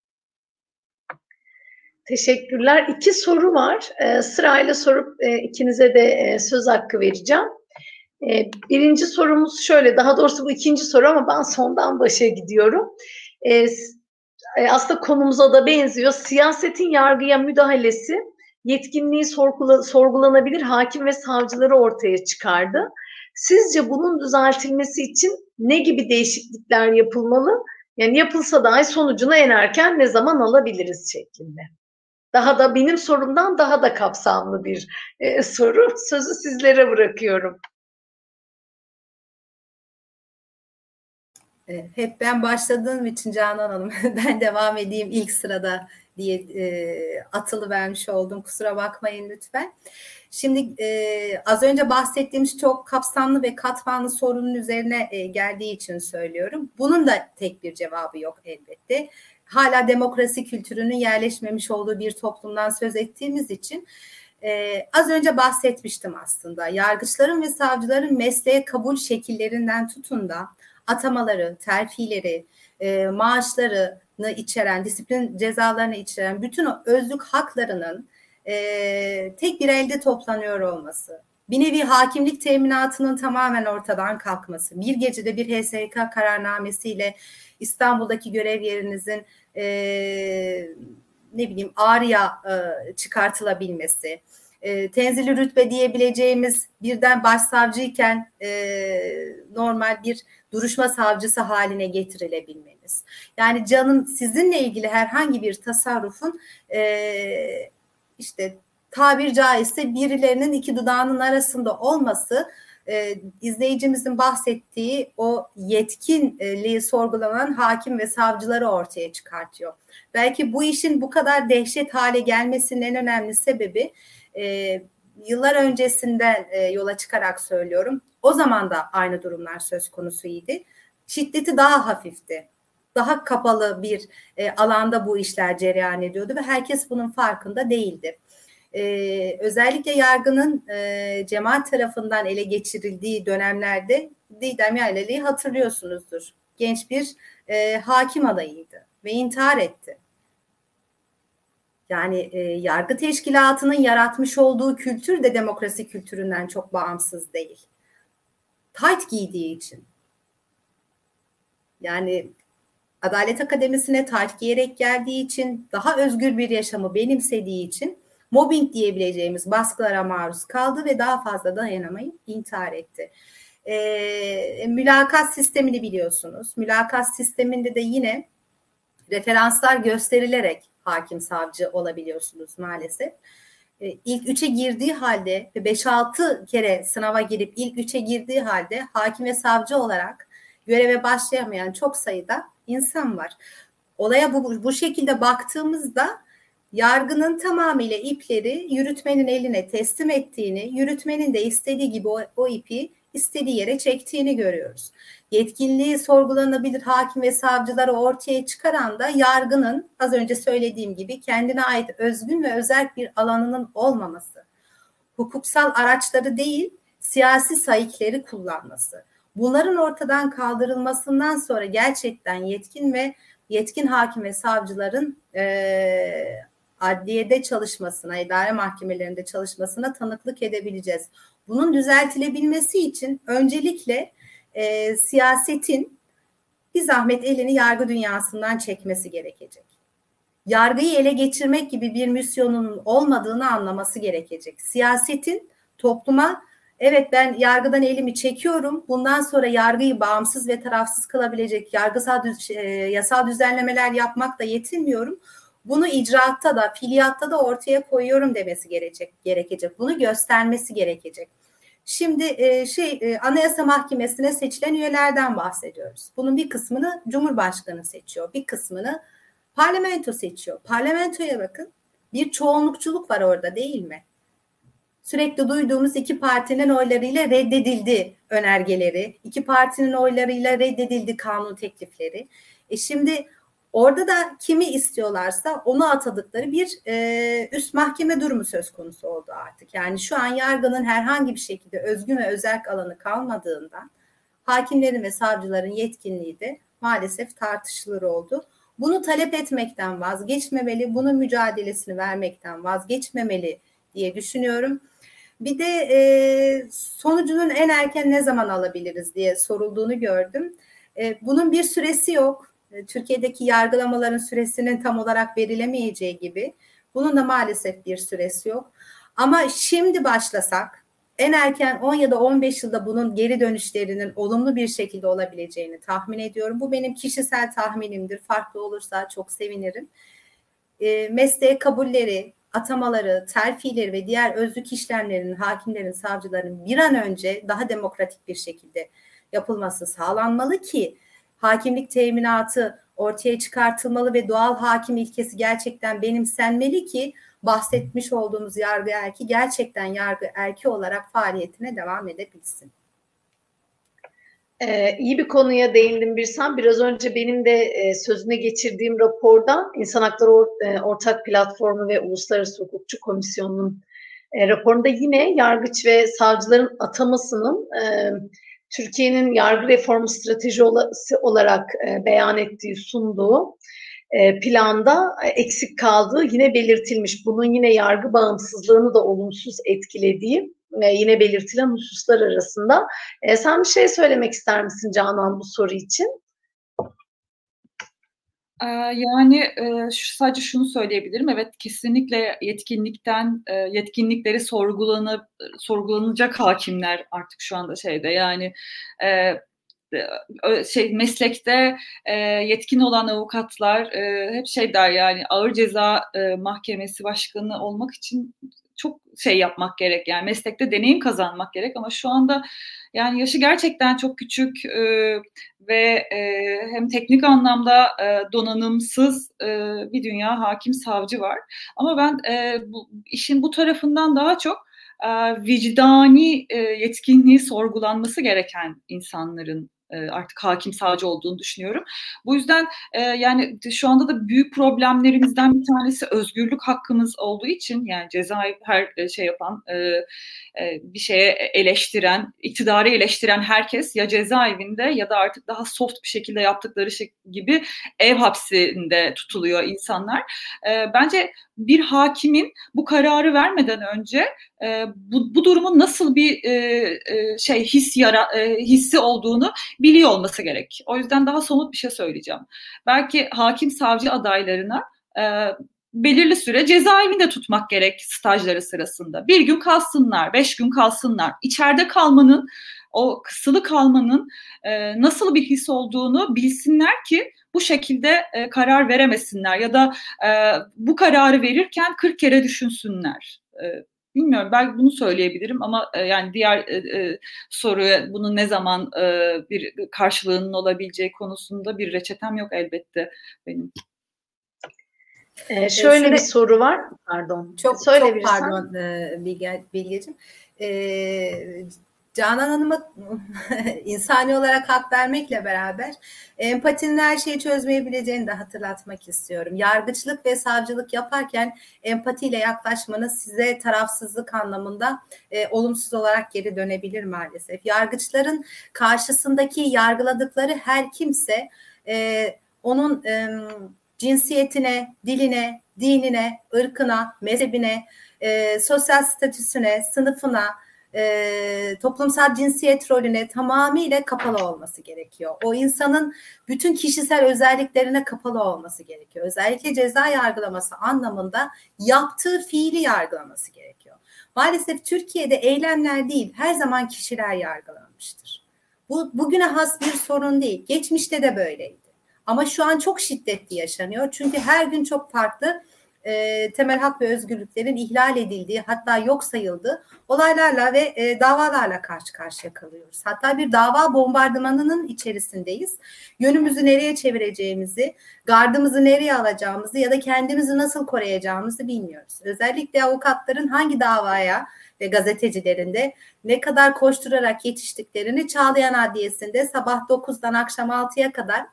A: Teşekkürler. 2 soru var. Sırayla sorup ikinize de söz hakkı vereceğim. Birinci sorumuz şöyle, daha doğrusu bu ikinci soru ama ben sondan başa gidiyorum. Aslında konumuza da benziyor. Siyasetin yargıya müdahalesi, yetkinliği sorgulanabilir hakim ve savcıları ortaya çıkardı. Sizce bunun düzeltilmesi için ne gibi değişiklikler yapılmalı? Yani yapılsa dahi sonucunu en erken ne zaman alabiliriz şeklinde. Daha da benim sorumdan daha da kapsamlı bir soru. Sözü sizlere bırakıyorum.
B: Hep ben başladığım için Canan Hanım ben devam edeyim ilk sırada diye atılı vermiş oldum. Kusura bakmayın lütfen. Şimdi az önce bahsettiğimiz çok kapsamlı ve katmanlı sorunun üzerine geldiği için söylüyorum. Bunun da tek bir cevabı yok elbette. Hala demokrasi kültürünün yerleşmemiş olduğu bir toplumdan söz ettiğimiz için az önce bahsetmiştim aslında. Yargıçların ve savcıların mesleğe kabul şekillerinden tutun da atamaları, terfileri, maaşlarını içeren, disiplin cezalarını içeren bütün o özlük haklarının tek bir elde toplanıyor olması, bir nevi hakimlik teminatının tamamen ortadan kalkması, bir gecede bir HSK kararnamesiyle İstanbul'daki görev yerinizin Ağrı'ya çıkartılabilmesi, tenzili rütbe diyebileceğimiz birden başsavcıyken normal bir duruşma savcısı haline getirilebilmeniz. Yani canın sizinle ilgili herhangi bir tasarrufun işte tabir caizse birilerinin iki dudağının arasında olması izleyicimizin bahsettiği o yetkinliği sorgulanan hakim ve savcıları ortaya çıkartıyor. Belki bu işin bu kadar dehşet hale gelmesinin en önemli sebebi yıllar öncesinden yola çıkarak söylüyorum. O zaman da aynı durumlar söz konusuydu. Şiddeti daha hafifti. Daha kapalı bir alanda bu işler cereyan ediyordu ve herkes bunun farkında değildi. Özellikle yargının cemaat tarafından ele geçirildiği dönemlerde Didem Yaylali'yi hatırlıyorsunuzdur. Genç bir hakim adayıydı ve intihar etti. Yani yargı teşkilatının yaratmış olduğu kültür de demokrasi kültüründen çok bağımsız değil. Tayt giydiği için. Yani Adalet Akademisi'ne tayt giyerek geldiği için, daha özgür bir yaşamı benimsediği için mobbing diyebileceğimiz baskılara maruz kaldı ve daha fazla dayanamayıp intihar etti. Mülakat sistemini biliyorsunuz. Mülakat sisteminde de yine referanslar gösterilerek hakim savcı olabiliyorsunuz maalesef. İlk 3'e girdiği halde ve 5-6 kere sınava girip ilk 3'e girdiği halde hakim ve savcı olarak göreve başlayamayan çok sayıda insan var. Olaya bu şekilde baktığımızda yargının tamamıyla ipleri yürütmenin eline teslim ettiğini, yürütmenin de istediği gibi o ipi istediği yere çektiğini görüyoruz. Yetkinliği sorgulanabilir hakim ve savcıları ortaya çıkaran da yargının az önce söylediğim gibi kendine ait özgün ve özerk bir alanının olmaması. Hukuksal araçları değil, siyasi saikleri kullanması. Bunların ortadan kaldırılmasından sonra gerçekten yetkin hakim ve savcıların adliyede çalışmasına, idare mahkemelerinde çalışmasına tanıklık edebileceğiz. Bunun düzeltilebilmesi için öncelikle siyasetin bir zahmet elini yargı dünyasından çekmesi gerekecek. Yargıyı ele geçirmek gibi bir misyonunun olmadığını anlaması gerekecek. Siyasetin topluma evet ben yargıdan elimi çekiyorum, bundan sonra yargıyı bağımsız ve tarafsız kılabilecek yasal düzenlemeler yapmakla yetinmiyorum. Bunu icraatta da, fiiliyatta da ortaya koyuyorum demesi gerekecek. Bunu göstermesi gerekecek. Şimdi Anayasa Mahkemesi'ne seçilen üyelerden bahsediyoruz. Bunun bir kısmını Cumhurbaşkanı seçiyor, bir kısmını parlamento seçiyor. Parlamentoya bakın, bir çoğunlukçuluk var orada değil mi? Sürekli duyduğumuz iki partinin oylarıyla reddedildi önergeleri, iki partinin oylarıyla reddedildi kanun teklifleri. Şimdi orada da kimi istiyorlarsa onu atadıkları bir üst mahkeme durumu söz konusu oldu artık. Yani şu an yargının herhangi bir şekilde özgün ve özerk alanı kalmadığından hakimlerin ve savcıların yetkinliği de maalesef tartışılır oldu. Bunu talep etmekten vazgeçmemeli, bunun mücadelesini vermekten vazgeçmemeli diye düşünüyorum. Bir de sonucunun en erken ne zaman alabiliriz diye sorulduğunu gördüm. Bunun bir süresi yok. Türkiye'deki yargılamaların süresinin tam olarak verilemeyeceği gibi bunun da maalesef bir süresi yok. Ama şimdi başlasak en erken 10 ya da 15 yılda bunun geri dönüşlerinin olumlu bir şekilde olabileceğini tahmin ediyorum. Bu benim kişisel tahminimdir. Farklı olursa çok sevinirim. Mesleğe kabulleri, atamaları, terfileri ve diğer özlük işlemlerinin hakimlerin, savcıların bir an önce daha demokratik bir şekilde yapılması sağlanmalı ki hakimlik teminatı ortaya çıkartılmalı ve doğal hakim ilkesi gerçekten benimsenmeli ki bahsetmiş olduğumuz yargı erki gerçekten yargı erki olarak faaliyetine devam edebilsin.
A: İyi bir konuya değindim Birsen. Biraz önce benim de sözüne geçirdiğim rapordan İnsan Hakları Ortak Platformu ve Uluslararası Hukukçu Komisyonu'nun raporunda yine yargıç ve savcıların atamasının Türkiye'nin yargı reformu stratejisi olarak beyan ettiği, sunduğu planda eksik kaldığı yine belirtilmiş. Bunun yine yargı bağımsızlığını da olumsuz etkilediği yine belirtilen hususlar arasında. Sen bir şey söylemek ister misin Canan bu soru için?
C: Yani sadece şunu söyleyebilirim. Evet, kesinlikle yetkinlikleri sorgulanacak hakimler artık şu anda yani meslekte yetkin olan avukatlar hep der yani ağır ceza mahkemesi başkanı olmak için çok yapmak gerek, yani meslekte deneyim kazanmak gerek ama şu anda yani yaşı gerçekten çok küçük ve hem teknik anlamda donanımsız bir dünya hakim savcı var. Ama ben işin bu tarafından daha çok vicdani yetkinliği sorgulanması gereken insanların artık hakim savcı olduğunu düşünüyorum. Bu yüzden yani şu anda da büyük problemlerimizden bir tanesi özgürlük hakkımız olduğu için, yani cezaevi her yapan, bir şeye eleştiren, iktidarı eleştiren herkes ya cezaevinde ya da artık daha soft bir şekilde yaptıkları gibi ev hapsinde tutuluyor insanlar. Bence bir hakimin bu kararı vermeden önce bu durumun nasıl bir hissi olduğunu biliyor olması gerek. O yüzden daha somut bir şey söyleyeceğim. Belki hakim savcı adaylarına belirli süre cezaevinde tutmak gerek stajları sırasında. 1 gün kalsınlar, 5 gün kalsınlar. İçeride kalmanın, o kısılı kalmanın nasıl bir his olduğunu bilsinler ki bu şekilde karar veremesinler ya da bu kararı verirken 40 kere düşünsünler. Bilmiyorum, belki bunu söyleyebilirim ama yani diğer soruya bunun ne zaman bir karşılığının olabileceği konusunda bir reçetem yok elbette benim.
A: Şöyle bir soru var. Pardon.
B: Çok pardon Bilgeciğim. Canan Hanım'a insani olarak hak vermekle beraber empatinin her şeyi çözmeyebileceğini de hatırlatmak istiyorum. Yargıçlık ve savcılık yaparken empatiyle yaklaşmanız size tarafsızlık anlamında olumsuz olarak geri dönebilir maalesef. Yargıçların karşısındaki yargıladıkları her kimse onun cinsiyetine, diline, dinine, ırkına, mezhebine, sosyal statüsüne, sınıfına, toplumsal cinsiyet rolüne tamamıyla kapalı olması gerekiyor. O insanın bütün kişisel özelliklerine kapalı olması gerekiyor. Özellikle ceza yargılaması anlamında yaptığı fiili yargılaması gerekiyor. Maalesef Türkiye'de eylemler değil, her zaman kişiler yargılanmıştır. Bu bugüne has bir sorun değil. Geçmişte de böyleydi. Ama şu an çok şiddetli yaşanıyor. Çünkü her gün çok farklı temel hak ve özgürlüklerin ihlal edildiği, hatta yok sayıldığı olaylarla ve davalarla karşı karşıya kalıyoruz. Hatta bir dava bombardımanının içerisindeyiz. Yönümüzü nereye çevireceğimizi, gardımızı nereye alacağımızı ya da kendimizi nasıl koruyacağımızı bilmiyoruz. Özellikle avukatların hangi davaya ve gazetecilerin de ne kadar koşturarak yetiştiklerini Çağlayan Adliyesi'nde sabah 9'dan akşam 6'ya kadar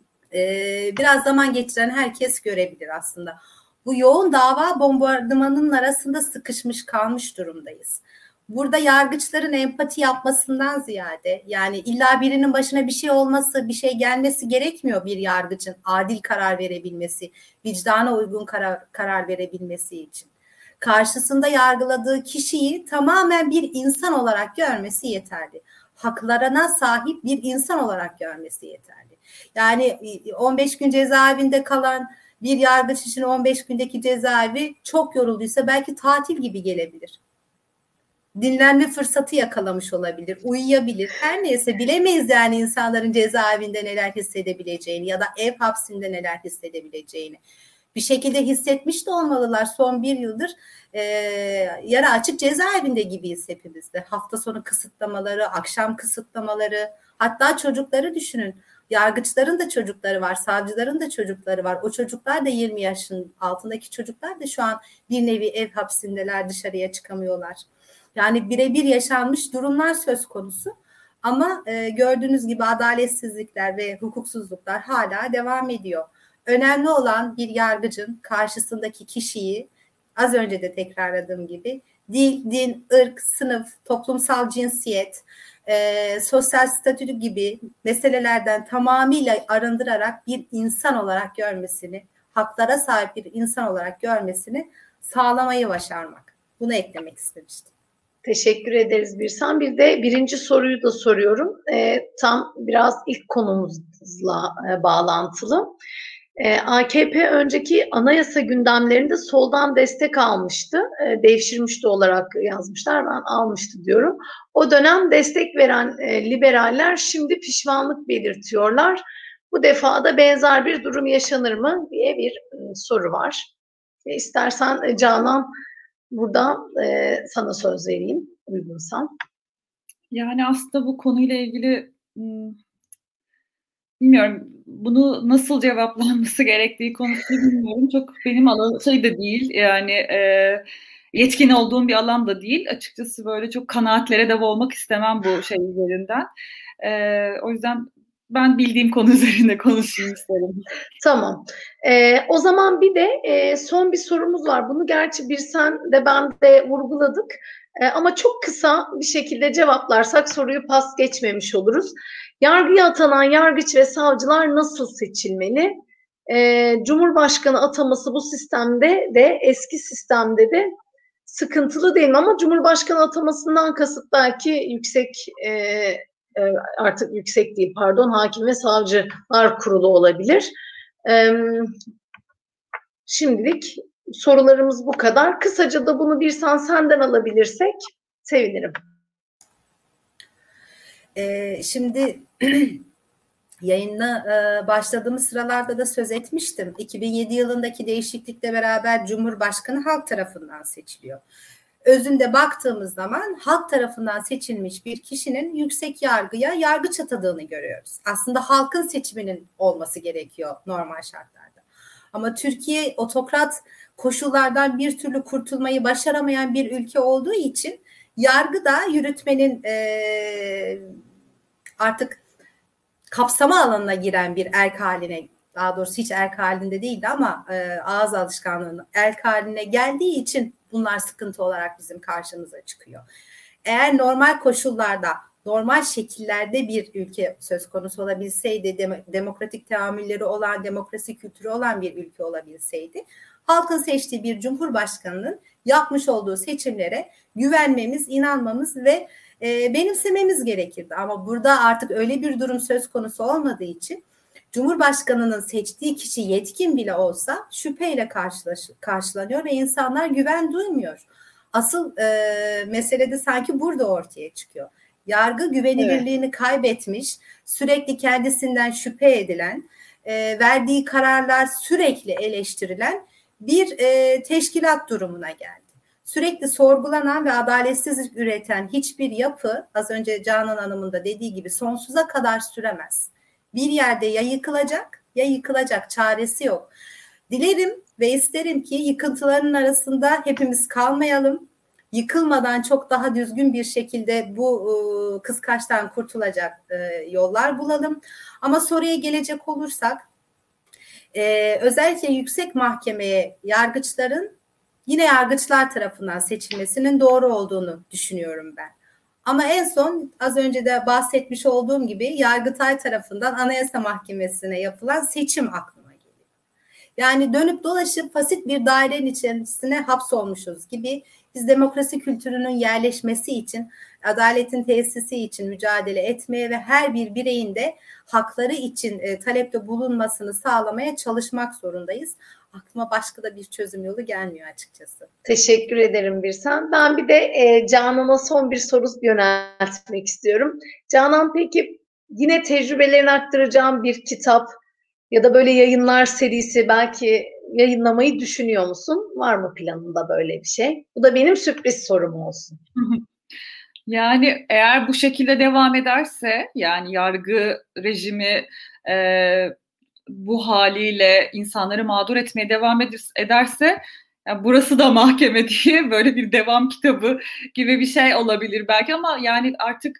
B: biraz zaman geçiren herkes görebilir aslında. Bu yoğun dava bombardımanının arasında sıkışmış kalmış durumdayız. Burada yargıçların empati yapmasından ziyade, yani illa birinin başına bir şey olması, bir şey gelmesi gerekmiyor bir yargıcın adil karar verebilmesi, vicdana uygun karar verebilmesi için. Karşısında yargıladığı kişiyi tamamen bir insan olarak görmesi yeterli. Haklarına sahip bir insan olarak görmesi yeterli. Yani 15 gün cezaevinde kalan bir yargıç için 15 gündeki cezaevi çok yorulduysa belki tatil gibi gelebilir. Dinlenme fırsatı yakalamış olabilir, uyuyabilir. Her neyse bilemeyiz yani insanların cezaevinde neler hissedebileceğini ya da ev hapsinde neler hissedebileceğini. Bir şekilde hissetmiş de olmalılar. Son 1 yıldır yarı açık cezaevinde gibiyiz hepimiz de. Hafta sonu kısıtlamaları, akşam kısıtlamaları, hatta çocukları düşünün. Yargıçların da çocukları var, savcıların da çocukları var. O çocuklar da 20 yaşın altındaki çocuklar da şu an bir nevi ev hapsindeler, dışarıya çıkamıyorlar. Yani birebir yaşanmış durumlar söz konusu. Ama gördüğünüz gibi adaletsizlikler ve hukuksuzluklar hala devam ediyor. Önemli olan bir yargıcın karşısındaki kişiyi, az önce de tekrarladığım gibi, dil, din, ırk, sınıf, toplumsal cinsiyet, sosyal statü gibi meselelerden tamamıyla arındırarak bir insan olarak görmesini, haklara sahip bir insan olarak görmesini sağlamayı başarmak. Bunu eklemek istemiştim.
A: Teşekkür ederiz Birsen. Bir de birinci soruyu da soruyorum. Tam biraz ilk konumuzla bağlantılı. AKP önceki anayasa gündemlerinde soldan destek almıştı. Devşirmişti olarak yazmışlar. Ben almıştı diyorum. O dönem destek veren liberaller şimdi pişmanlık belirtiyorlar. Bu defa da benzer bir durum yaşanır mı diye bir soru var. İstersen Canan burada sana söz vereyim uygunsan.
C: Yani aslında bu konuyla ilgili bilmiyorum, bunu nasıl cevaplanması gerektiği konusunu bilmiyorum. Çok benim alanım da değil, yani yetkin olduğum bir alan da değil. Açıkçası böyle çok kanaatlere de boğmak istemem bu şey üzerinden. O yüzden ben bildiğim konu üzerinde konuşayım isterim.
A: Tamam. O zaman bir de son bir sorumuz var. Bunu gerçi Birsen de ben de vurguladık. Ama çok kısa bir şekilde cevaplarsak soruyu pas geçmemiş oluruz. Yargıya atanan yargıç ve savcılar nasıl seçilmeli? Cumhurbaşkanı ataması bu sistemde de, eski sistemde de sıkıntılı değil mi? Ama Cumhurbaşkanı atamasından kasıt belki artık yüksek değil, pardon, Hakim ve Savcılar Kurulu olabilir. Şimdilik sorularımız bu kadar. Kısaca da bunu Birsen senden alabilirsek sevinirim.
B: Şimdi yayına başladığımız sıralarda da söz etmiştim. 2007 yılındaki değişiklikle beraber Cumhurbaşkanı halk tarafından seçiliyor. Özünde baktığımız zaman halk tarafından seçilmiş bir kişinin yüksek yargıya yargıç atadığını görüyoruz. Aslında halkın seçiminin olması gerekiyor normal şartlarda. Ama Türkiye otokrat koşullardan bir türlü kurtulmayı başaramayan bir ülke olduğu için yargı da yürütmenin artık kapsama alanına giren bir erk haline, daha doğrusu hiç erk halinde değildi ama ağız alışkanlığının erk haline geldiği için bunlar sıkıntı olarak bizim karşımıza çıkıyor. Eğer normal koşullarda, normal şekillerde bir ülke söz konusu olabilseydi, demokratik teamülleri olan, demokrasi kültürü olan bir ülke olabilseydi, halkın seçtiği bir cumhurbaşkanının yapmış olduğu seçimlere güvenmemiz, inanmamız ve benimsememiz gerekirdi. Ama burada artık öyle bir durum söz konusu olmadığı için Cumhurbaşkanının seçtiği kişi yetkin bile olsa şüpheyle karşılanıyor ve insanlar güven duymuyor. Asıl mesele de sanki burada ortaya çıkıyor. Yargı güvenilirliğini kaybetmiş, sürekli kendisinden şüphe edilen, verdiği kararlar sürekli eleştirilen bir teşkilat durumuna geldi. Sürekli sorgulanan ve adaletsizlik üreten hiçbir yapı, az önce Canan Hanım'ın da dediği gibi, sonsuza kadar süremez. Bir yerde ya yıkılacak ya yıkılacak, çaresi yok. Dilerim ve isterim ki yıkıntıların arasında hepimiz kalmayalım. Yıkılmadan çok daha düzgün bir şekilde bu kıskaçtan kurtulacak yollar bulalım. Ama soruya gelecek olursak, özellikle yüksek mahkemeye yargıçların yine yargıçlar tarafından seçilmesinin doğru olduğunu düşünüyorum ben. Ama en son az önce de bahsetmiş olduğum gibi Yargıtay tarafından Anayasa Mahkemesi'ne yapılan seçim aklıma geliyor. Yani dönüp dolaşıp basit bir dairenin içerisine hapsolmuşuz gibi biz demokrasi kültürünün yerleşmesi için, adaletin tesisi için mücadele etmeye ve her bir bireyin de hakları için talepte bulunmasını sağlamaya çalışmak zorundayız. Aklıma başka da bir çözüm yolu gelmiyor açıkçası.
A: Teşekkür ederim Birsen. Ben bir de Canan'a son bir soru yöneltmek istiyorum. Canan, peki yine tecrübelerini aktaracağım bir kitap ya da böyle yayınlar serisi belki yayınlamayı düşünüyor musun? Var mı planında böyle bir şey? Bu da benim sürpriz sorum olsun.
C: Yani eğer bu şekilde devam ederse, yani yargı rejimi bu haliyle insanları mağdur etmeye devam ederse, yani burası da mahkeme diye böyle bir devam kitabı gibi bir şey olabilir belki, ama yani artık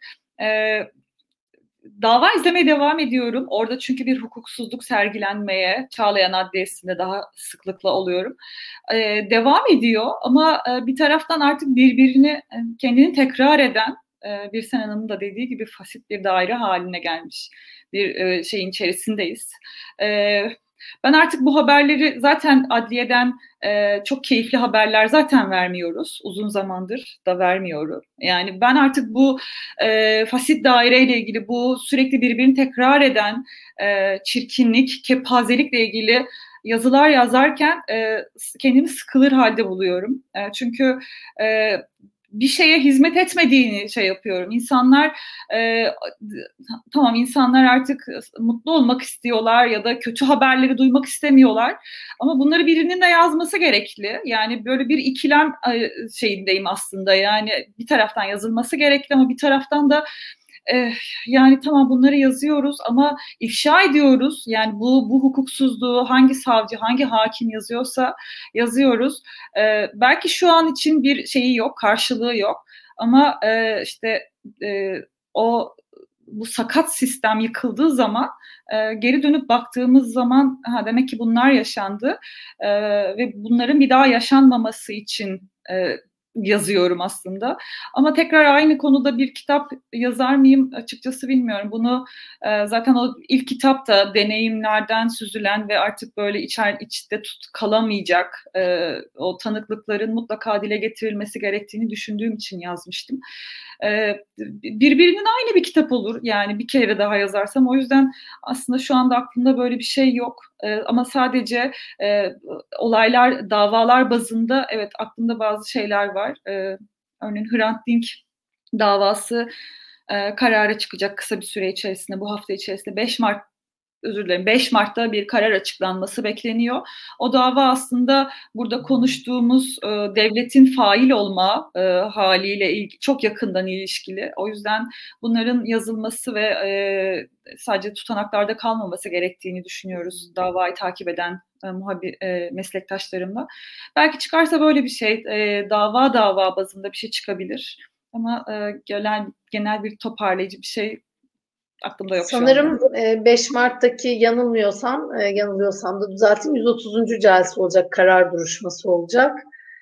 C: dava izlemeye devam ediyorum. Orada çünkü bir hukuksuzluk sergilenmeye Çağlayan Adliyesi'nde daha sıklıkla oluyorum. Devam ediyor ama bir taraftan artık birbirini, kendini tekrar eden, Birsen Hanım'ın da dediği gibi fasit bir daire haline gelmiş bir şeyin içerisindeyiz. Ben artık bu haberleri zaten adliyeden çok keyifli haberler zaten vermiyoruz. Uzun zamandır da vermiyorum. Yani ben artık bu fasit daireyle ilgili, bu sürekli birbirini tekrar eden çirkinlik, kepazelikle ilgili yazılar yazarken kendimi sıkılır halde buluyorum. Çünkü bir şeye hizmet etmediğini şey yapıyorum. İnsanlar tamam, insanlar artık mutlu olmak istiyorlar ya da kötü haberleri duymak istemiyorlar. Ama bunları birinin de yazması gerekli. Yani böyle bir ikilem şeyindeyim aslında. Yani bir taraftan yazılması gerekli ama bir taraftan da yani tamam, bunları yazıyoruz ama ifşa ediyoruz. Yani bu hukuksuzluğu hangi savcı, hangi hakim yazıyorsa yazıyoruz. Belki şu an için bir şeyi yok, karşılığı yok. Ama işte bu sakat sistem yıkıldığı zaman, geri dönüp baktığımız zaman demek ki bunlar yaşandı ve bunların bir daha yaşanmaması için yazıyorum aslında. Ama tekrar aynı konuda bir kitap yazar mıyım açıkçası bilmiyorum. Bunu zaten o ilk kitap da deneyimlerden süzülen ve artık böyle içte kalamayacak o tanıklıkların mutlaka dile getirilmesi gerektiğini düşündüğüm için yazmıştım. Birbirinin aynı bir kitap olur. Yani bir kere daha yazarsam. O yüzden aslında şu anda aklımda böyle bir şey yok. Ama sadece olaylar, davalar bazında evet aklımda bazı şeyler var. Örneğin Hrant Dink davası karara çıkacak kısa bir süre içerisinde, bu hafta içerisinde 5 Mart'ta bir karar açıklanması bekleniyor. O dava aslında burada konuştuğumuz devletin fail olma haliyle çok yakından ilişkili. O yüzden bunların yazılması ve sadece tutanaklarda kalmaması gerektiğini düşünüyoruz davayı takip eden meslektaşlarımla. Belki çıkarsa böyle bir şey, dava bazında bir şey çıkabilir. Ama genel bir toparlayıcı bir şey aklımda yok şu anda.
A: Sanırım 5 Mart'taki yanılıyorsam da düzelteyim, 130. celse olacak, karar duruşması olacak.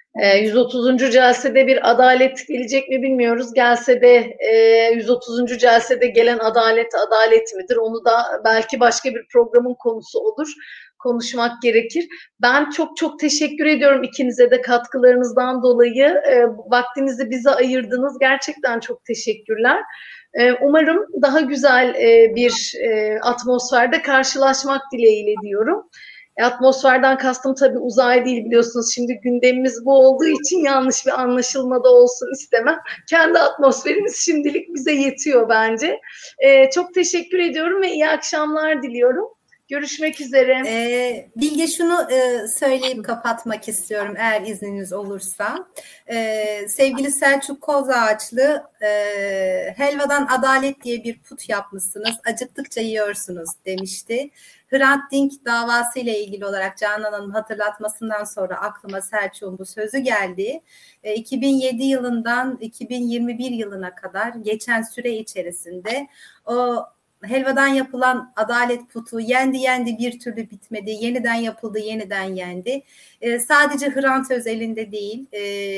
A: 130. celsede bir adalet gelecek mi bilmiyoruz. Gelse de 130. celsede gelen adalet midir? Onu da belki başka bir programın konusu olur. Konuşmak gerekir. Ben çok çok teşekkür ediyorum ikinize de katkılarınızdan dolayı. Vaktinizi bize ayırdınız. Gerçekten çok teşekkürler. Umarım daha güzel bir atmosferde karşılaşmak dileğiyle diyorum. Atmosferden kastım tabii uzay değil, biliyorsunuz. Şimdi gündemimiz bu olduğu için yanlış bir anlaşılma da olsun istemem. Kendi atmosferimiz şimdilik bize yetiyor bence. Çok teşekkür ediyorum ve iyi akşamlar diliyorum. Görüşmek üzere.
B: Bilge, şunu söyleyip kapatmak istiyorum eğer izniniz olursa. Sevgili Selçuk Kozağaçlı, helvadan adalet diye bir put yapmışsınız, acıktıkça yiyorsunuz demişti. Hrant Dink davası ile ilgili olarak Canan Hanım hatırlatmasından sonra aklıma Selçuk'un bu sözü geldi. 2007 yılından 2021 yılına kadar geçen süre içerisinde o helvadan yapılan adalet putu yendi bir türlü bitmedi. Yeniden yapıldı, yeniden yendi. Sadece Hrant özelinde değil,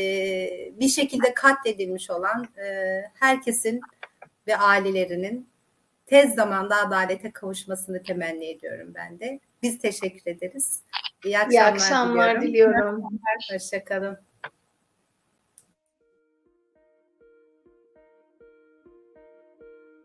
B: bir şekilde katledilmiş olan herkesin ve ailelerinin tez zamanda adalete kavuşmasını temenni ediyorum ben de. Biz teşekkür ederiz. İyi akşamlar
A: diliyorum.
B: Hoşça kalın.